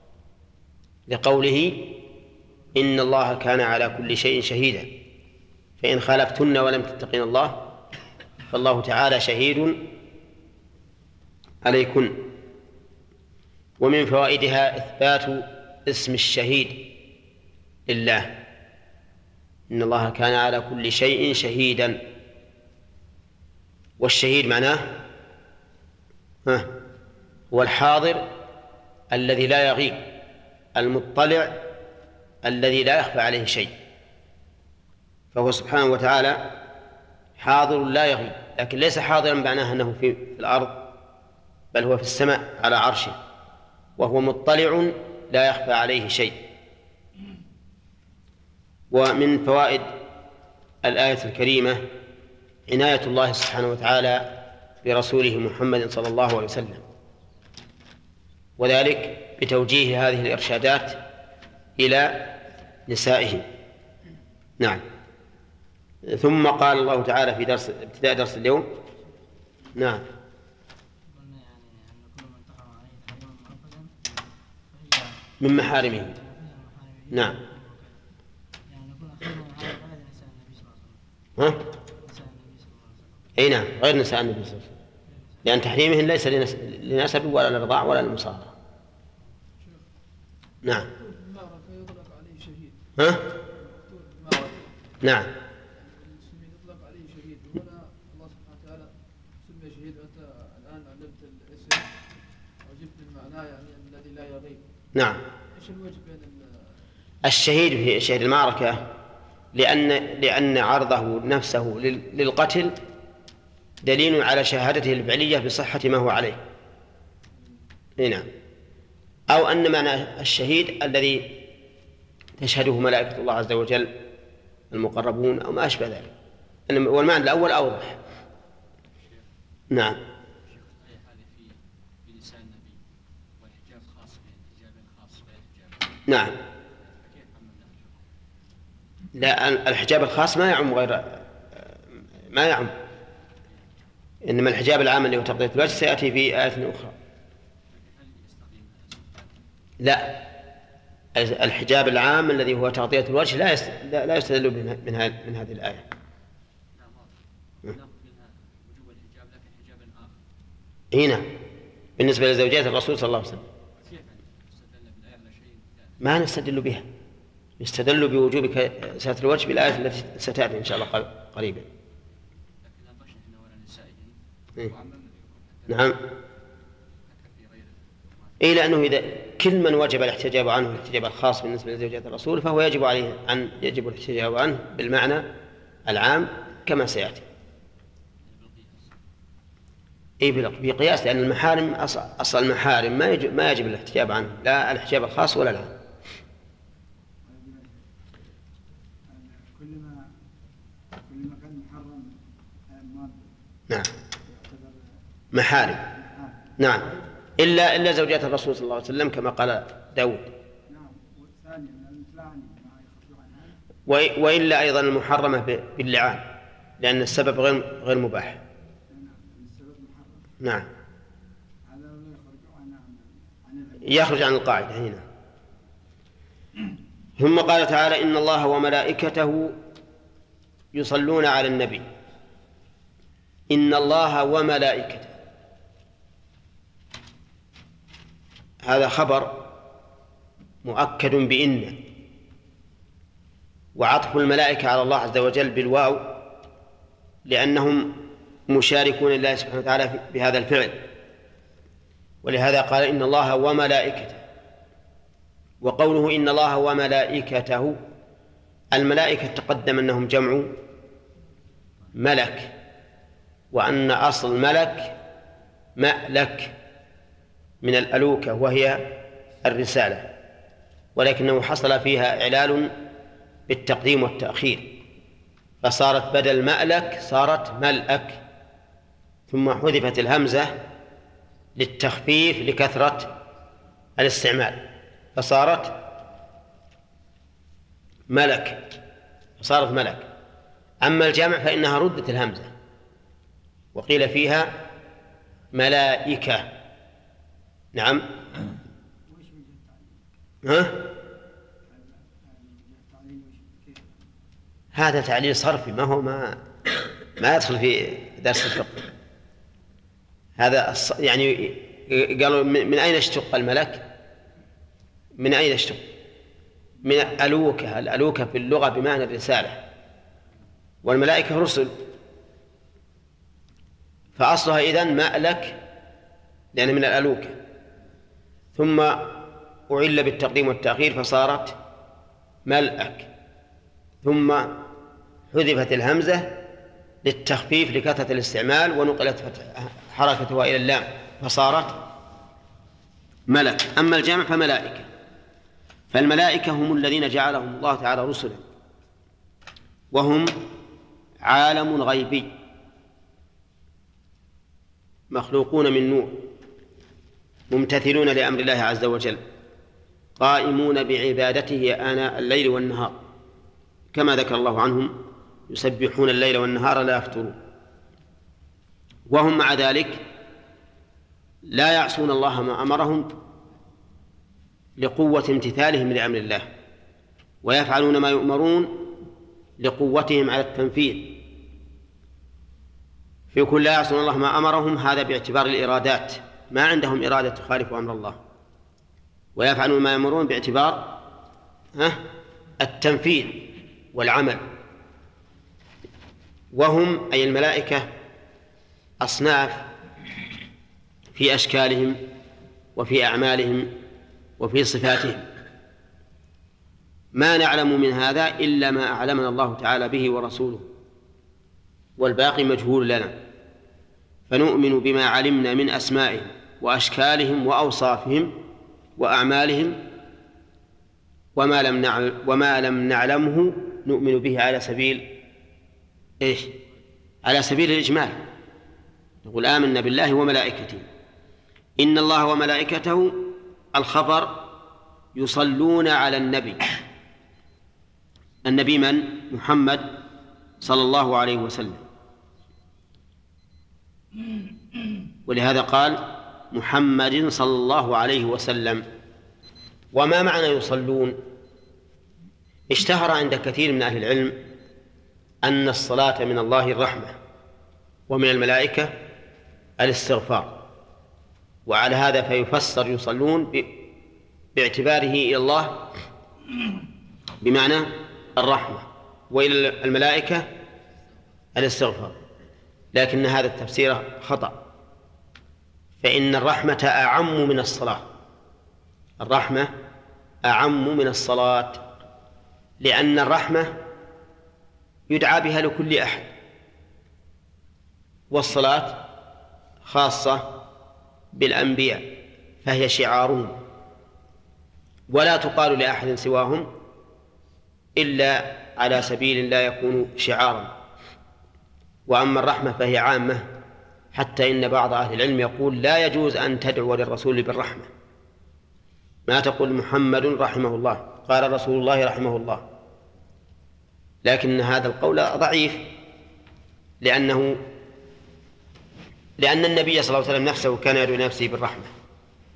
لقوله إن الله كان على كل شيء شهيدا، فإن خالفتن ولم تتقين الله فالله تعالى شهيد عليكن. ومن فوائدها إثبات اسم الشهيد لله، إن الله كان على كل شيء شهيدا. والشهيد معناه هو الحاضر الذي لا يغيب، المطلع الذي لا يخفى عليه شيء، فهو سبحانه وتعالى حاضر لا يغيب، لكن ليس حاضرا معناه أنه في الأرض، بل هو في السماء على عرشه، وهو مطلع لا يخفى عليه شيء. ومن فوائد الآية الكريمة عناية الله سبحانه وتعالى برسوله محمد صلى الله عليه وسلم، وذلك بتوجيه هذه الإرشادات إلى نسائه. نعم. ثم قال الله تعالى في درس ابتداء درس اليوم نعم من محارمه. نعم. ها؟ أي نعم، غير نساء النبي صلى الله عليه وسلم، لأن تحريمهن ليس لنسب ولا للرضاع ولا للمصاهرة. نعم. ها؟ نعم. يطلق عليه شهيد، وهنا الله سبحانه وتعالى سمي شهيد. وأنت الآن علمت الاسم وجبت المعنى يعني الذي لا يغيب. نعم. إيش الوجه بين الشهيد في شهيد المعركة لأن لأن عرضه نفسه للقتل دليل على شهادته الفعلية بصحة ما هو عليه. نعم. أو أن معنى الشهيد الذي تشهده ملائكة الله عز وجل المقربون أو ما أشبه ذلك، والمعنى الأول أوضح. نعم. نعم. لا، الحجاب الخاص ما يعم غير ما يعم، إنما الحجاب العام اللي هو تغطية الوجه سيأتي في آية أخرى. لا، الحجاب العام الذي هو تغطية الوجه لا لا يستدل من من هذه الآية. هنا بالنسبة لزوجات الرسول صلى الله عليه وسلم ما نستدل بها، يستدل بوجوب ستر الوجه بالآية التي ستأتي إن شاء الله قريبا. نعم. إيه، لأنه إذا كل من وجب الاحتجاب عنه الاحتجاب الخاص بالنسبة لزوجات الرسول فهو يجب عليه أن يجب الاحتجاب عنه بالمعنى العام كما سيأتي. إيه، بقياس، لأن المحارم أصل المحارم ما يجب ما يجب الاحتجاب عنه، لا الاحتجاب الخاص ولا العام. نعم. محارم. نعم، إلا إلا زوجات الرسول صلى الله عليه وسلم كما قال داود. وإلا أيضا المحرمة باللعان، لأن السبب غير غير مباح. نعم. يخرج عن القاعدة هنا. ثم قال تعالى إن الله وملائكته يصلون على النبي. إن الله وملائكته، هذا خبر مؤكد بإن، وعطف الملائكة على الله عز وجل بالواو لأنهم مشاركون لله سبحانه وتعالى بهذا الفعل، ولهذا قال إن الله وملائكته. وقوله إن الله وملائكته، الملائكة تقدم أنهم جمع ملك، وأن أصل ملك مألك من الألوكة وهي الرسالة، ولكنه حصل فيها إعلال بالتقديم والتأخير، فصارت بدل مألك صارت ملأك، ثم حذفت الهمزة للتخفيف لكثرة الاستعمال فصارت ملك فصارت ملك. أما الجمع فإنها ردت الهمزة وقيل فيها ملائكة. نعم. ها؟ هذا تعليل صرفي، ما هو ما ما يدخل في درس الفقه. هذا يعني قالوا من أين اشتق الملك؟ من أين اشتق؟ من الألوكة. الألوكة في اللغة بمعنى الرسالة، والملائكة رسل، فأصلها إذن مألك لأن من الألوكة، ثم أعل بالتقديم والتأخير فصارت ملأك، ثم حذفت الهمزة للتخفيف لكثرة الاستعمال ونقلت حركتها إلى اللام فصارت ملك. أما الجمع فملائكة. فالملائكة هم الذين جعلهم الله تعالى رسلا، وهم عالم غيبي مخلوقون من نور، ممتثلون لأمر الله عز وجل، قائمون بعبادته آناء الليل والنهار، كما ذكر الله عنهم يسبحون الليل والنهار لا يفترون. وهم مع ذلك لا يعصون الله ما أمرهم لقوة امتثالهم لأمر الله، ويفعلون ما يؤمرون لقوتهم على التنفيذ. في كل لا يعصون الله ما أمرهم، هذا باعتبار الإرادات، ما عندهم إرادة تخالف أمر الله، ويفعلون ما يأمرون باعتبار التنفيذ والعمل. وهم أي الملائكة أصناف في أشكالهم وفي أعمالهم وفي صفاتهم، ما نعلم من هذا إلا ما أعلمنا الله تعالى به ورسوله، والباقي مجهول لنا، فنؤمن بما علمنا من أسمائهم وأشكالهم وأوصافهم وأعمالهم، وما لم نعلم وما لم نعلمه نؤمن به على سبيل إيش؟ على سبيل الإجمال. نقول آمنا بالله وملائكته. إن الله وملائكته الخبر يصلون على النبي. النبي من؟ محمد صلى الله عليه وسلم، ولهذا قال محمد صلى الله عليه وسلم. وما معنى يصلون؟ اشتهر عند كثير من أهل العلم أن الصلاة من الله الرحمة، ومن الملائكة الاستغفار، وعلى هذا فيفسر يصلون باعتباره إلى الله بمعنى الرحمة، وإلى الملائكة الاستغفار، لكن هذا التفسير خطأ، فإن الرحمة أعم من الصلاة. الرحمة أعم من الصلاة، لأن الرحمة يدعى بها لكل أحد، والصلاة خاصة بالأنبياء فهي شعارهم، ولا تقال لأحد سواهم إلا على سبيل لا يكون شعارا. وأما الرحمة فهي عامة، حتى إن بعض أهل العلم يقول لا يجوز أن تدعو للرسول بالرحمة، ما تقول محمد رحمه الله، قال رسول الله رحمه الله، لكن هذا القول ضعيف، لأنه لأن النبي صلى الله عليه وسلم نفسه كان يدعو نفسه بالرحمة،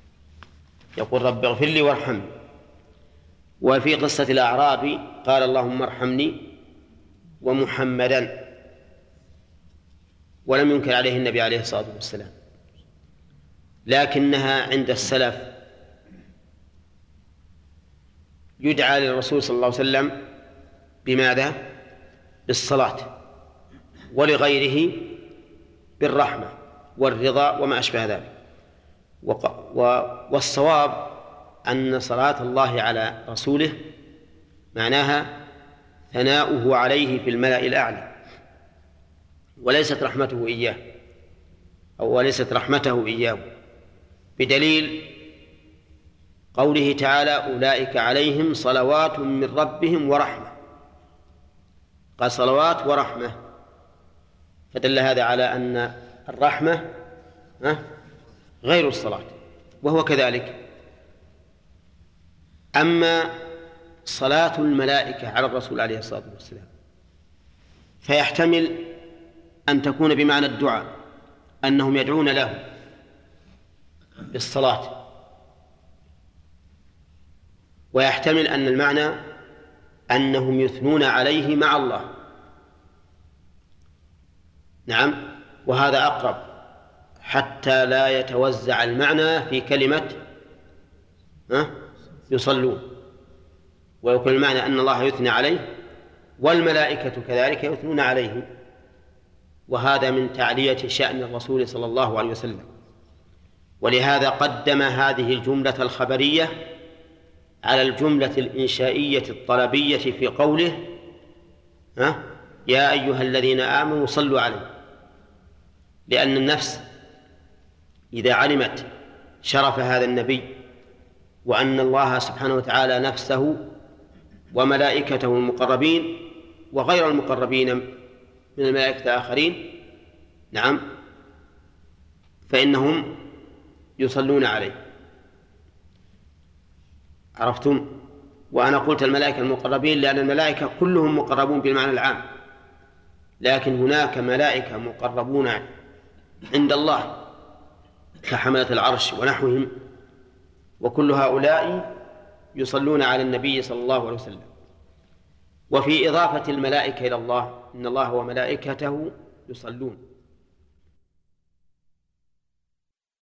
يقول رب اغفر لي وارحمني. وفي قصة الأعرابي قال اللهم ارحمني ومحمدا، ولم ينكر عليه النبي عليه الصلاة والسلام، لكنها عند السلف يدعى للرسول صلى الله عليه وسلم بماذا؟ بالصلاة، ولغيره بالرحمة والرضا وما أشبه ذلك. والصواب أن صلاة الله على رسوله معناها ثناؤه عليه في الملأ الأعلى، وليست رحمته إياه أو وليست رحمته إياه، بدليل قوله تعالى أولئك عليهم صلوات من ربهم ورحمة، قال صلوات ورحمة، فدل هذا على أن الرحمة غير الصلاة، وهو كذلك. أما صلاة الملائكة على الرسول عليه الصلاة والسلام فيحتمل أن تكون بمعنى الدعاء، أنهم يدعون له بالصلاة، ويحتمل أن المعنى أنهم يثنون عليه مع الله. نعم، وهذا أقرب حتى لا يتوزع المعنى في كلمة يصلون، ويكون المعنى أن الله يثنى عليه والملائكة كذلك يثنون عليه، وهذا من تعلية شأن الرسول صلى الله عليه وسلم. ولهذا قدم هذه الجملة الخبرية على الجملة الإنشائية الطلبية في قوله ها يا أيها الذين آمنوا صلوا عليه، لأن النفس إذا علمت شرف هذا النبي وأن الله سبحانه وتعالى نفسه وملائكته المقربين وغير المقربين من الملائكة الآخرين نعم فإنهم يصلون عليه. عرفتم؟ وأنا قلت الملائكة المقربين لأن الملائكة كلهم مقربون بالمعنى العام، لكن هناك ملائكة مقربون عند الله كحملة العرش ونحوهم، وكل هؤلاء يصلون على النبي صلى الله عليه وسلم. وفي إضافة الملائكة إلى الله إن الله وملائكته يصلون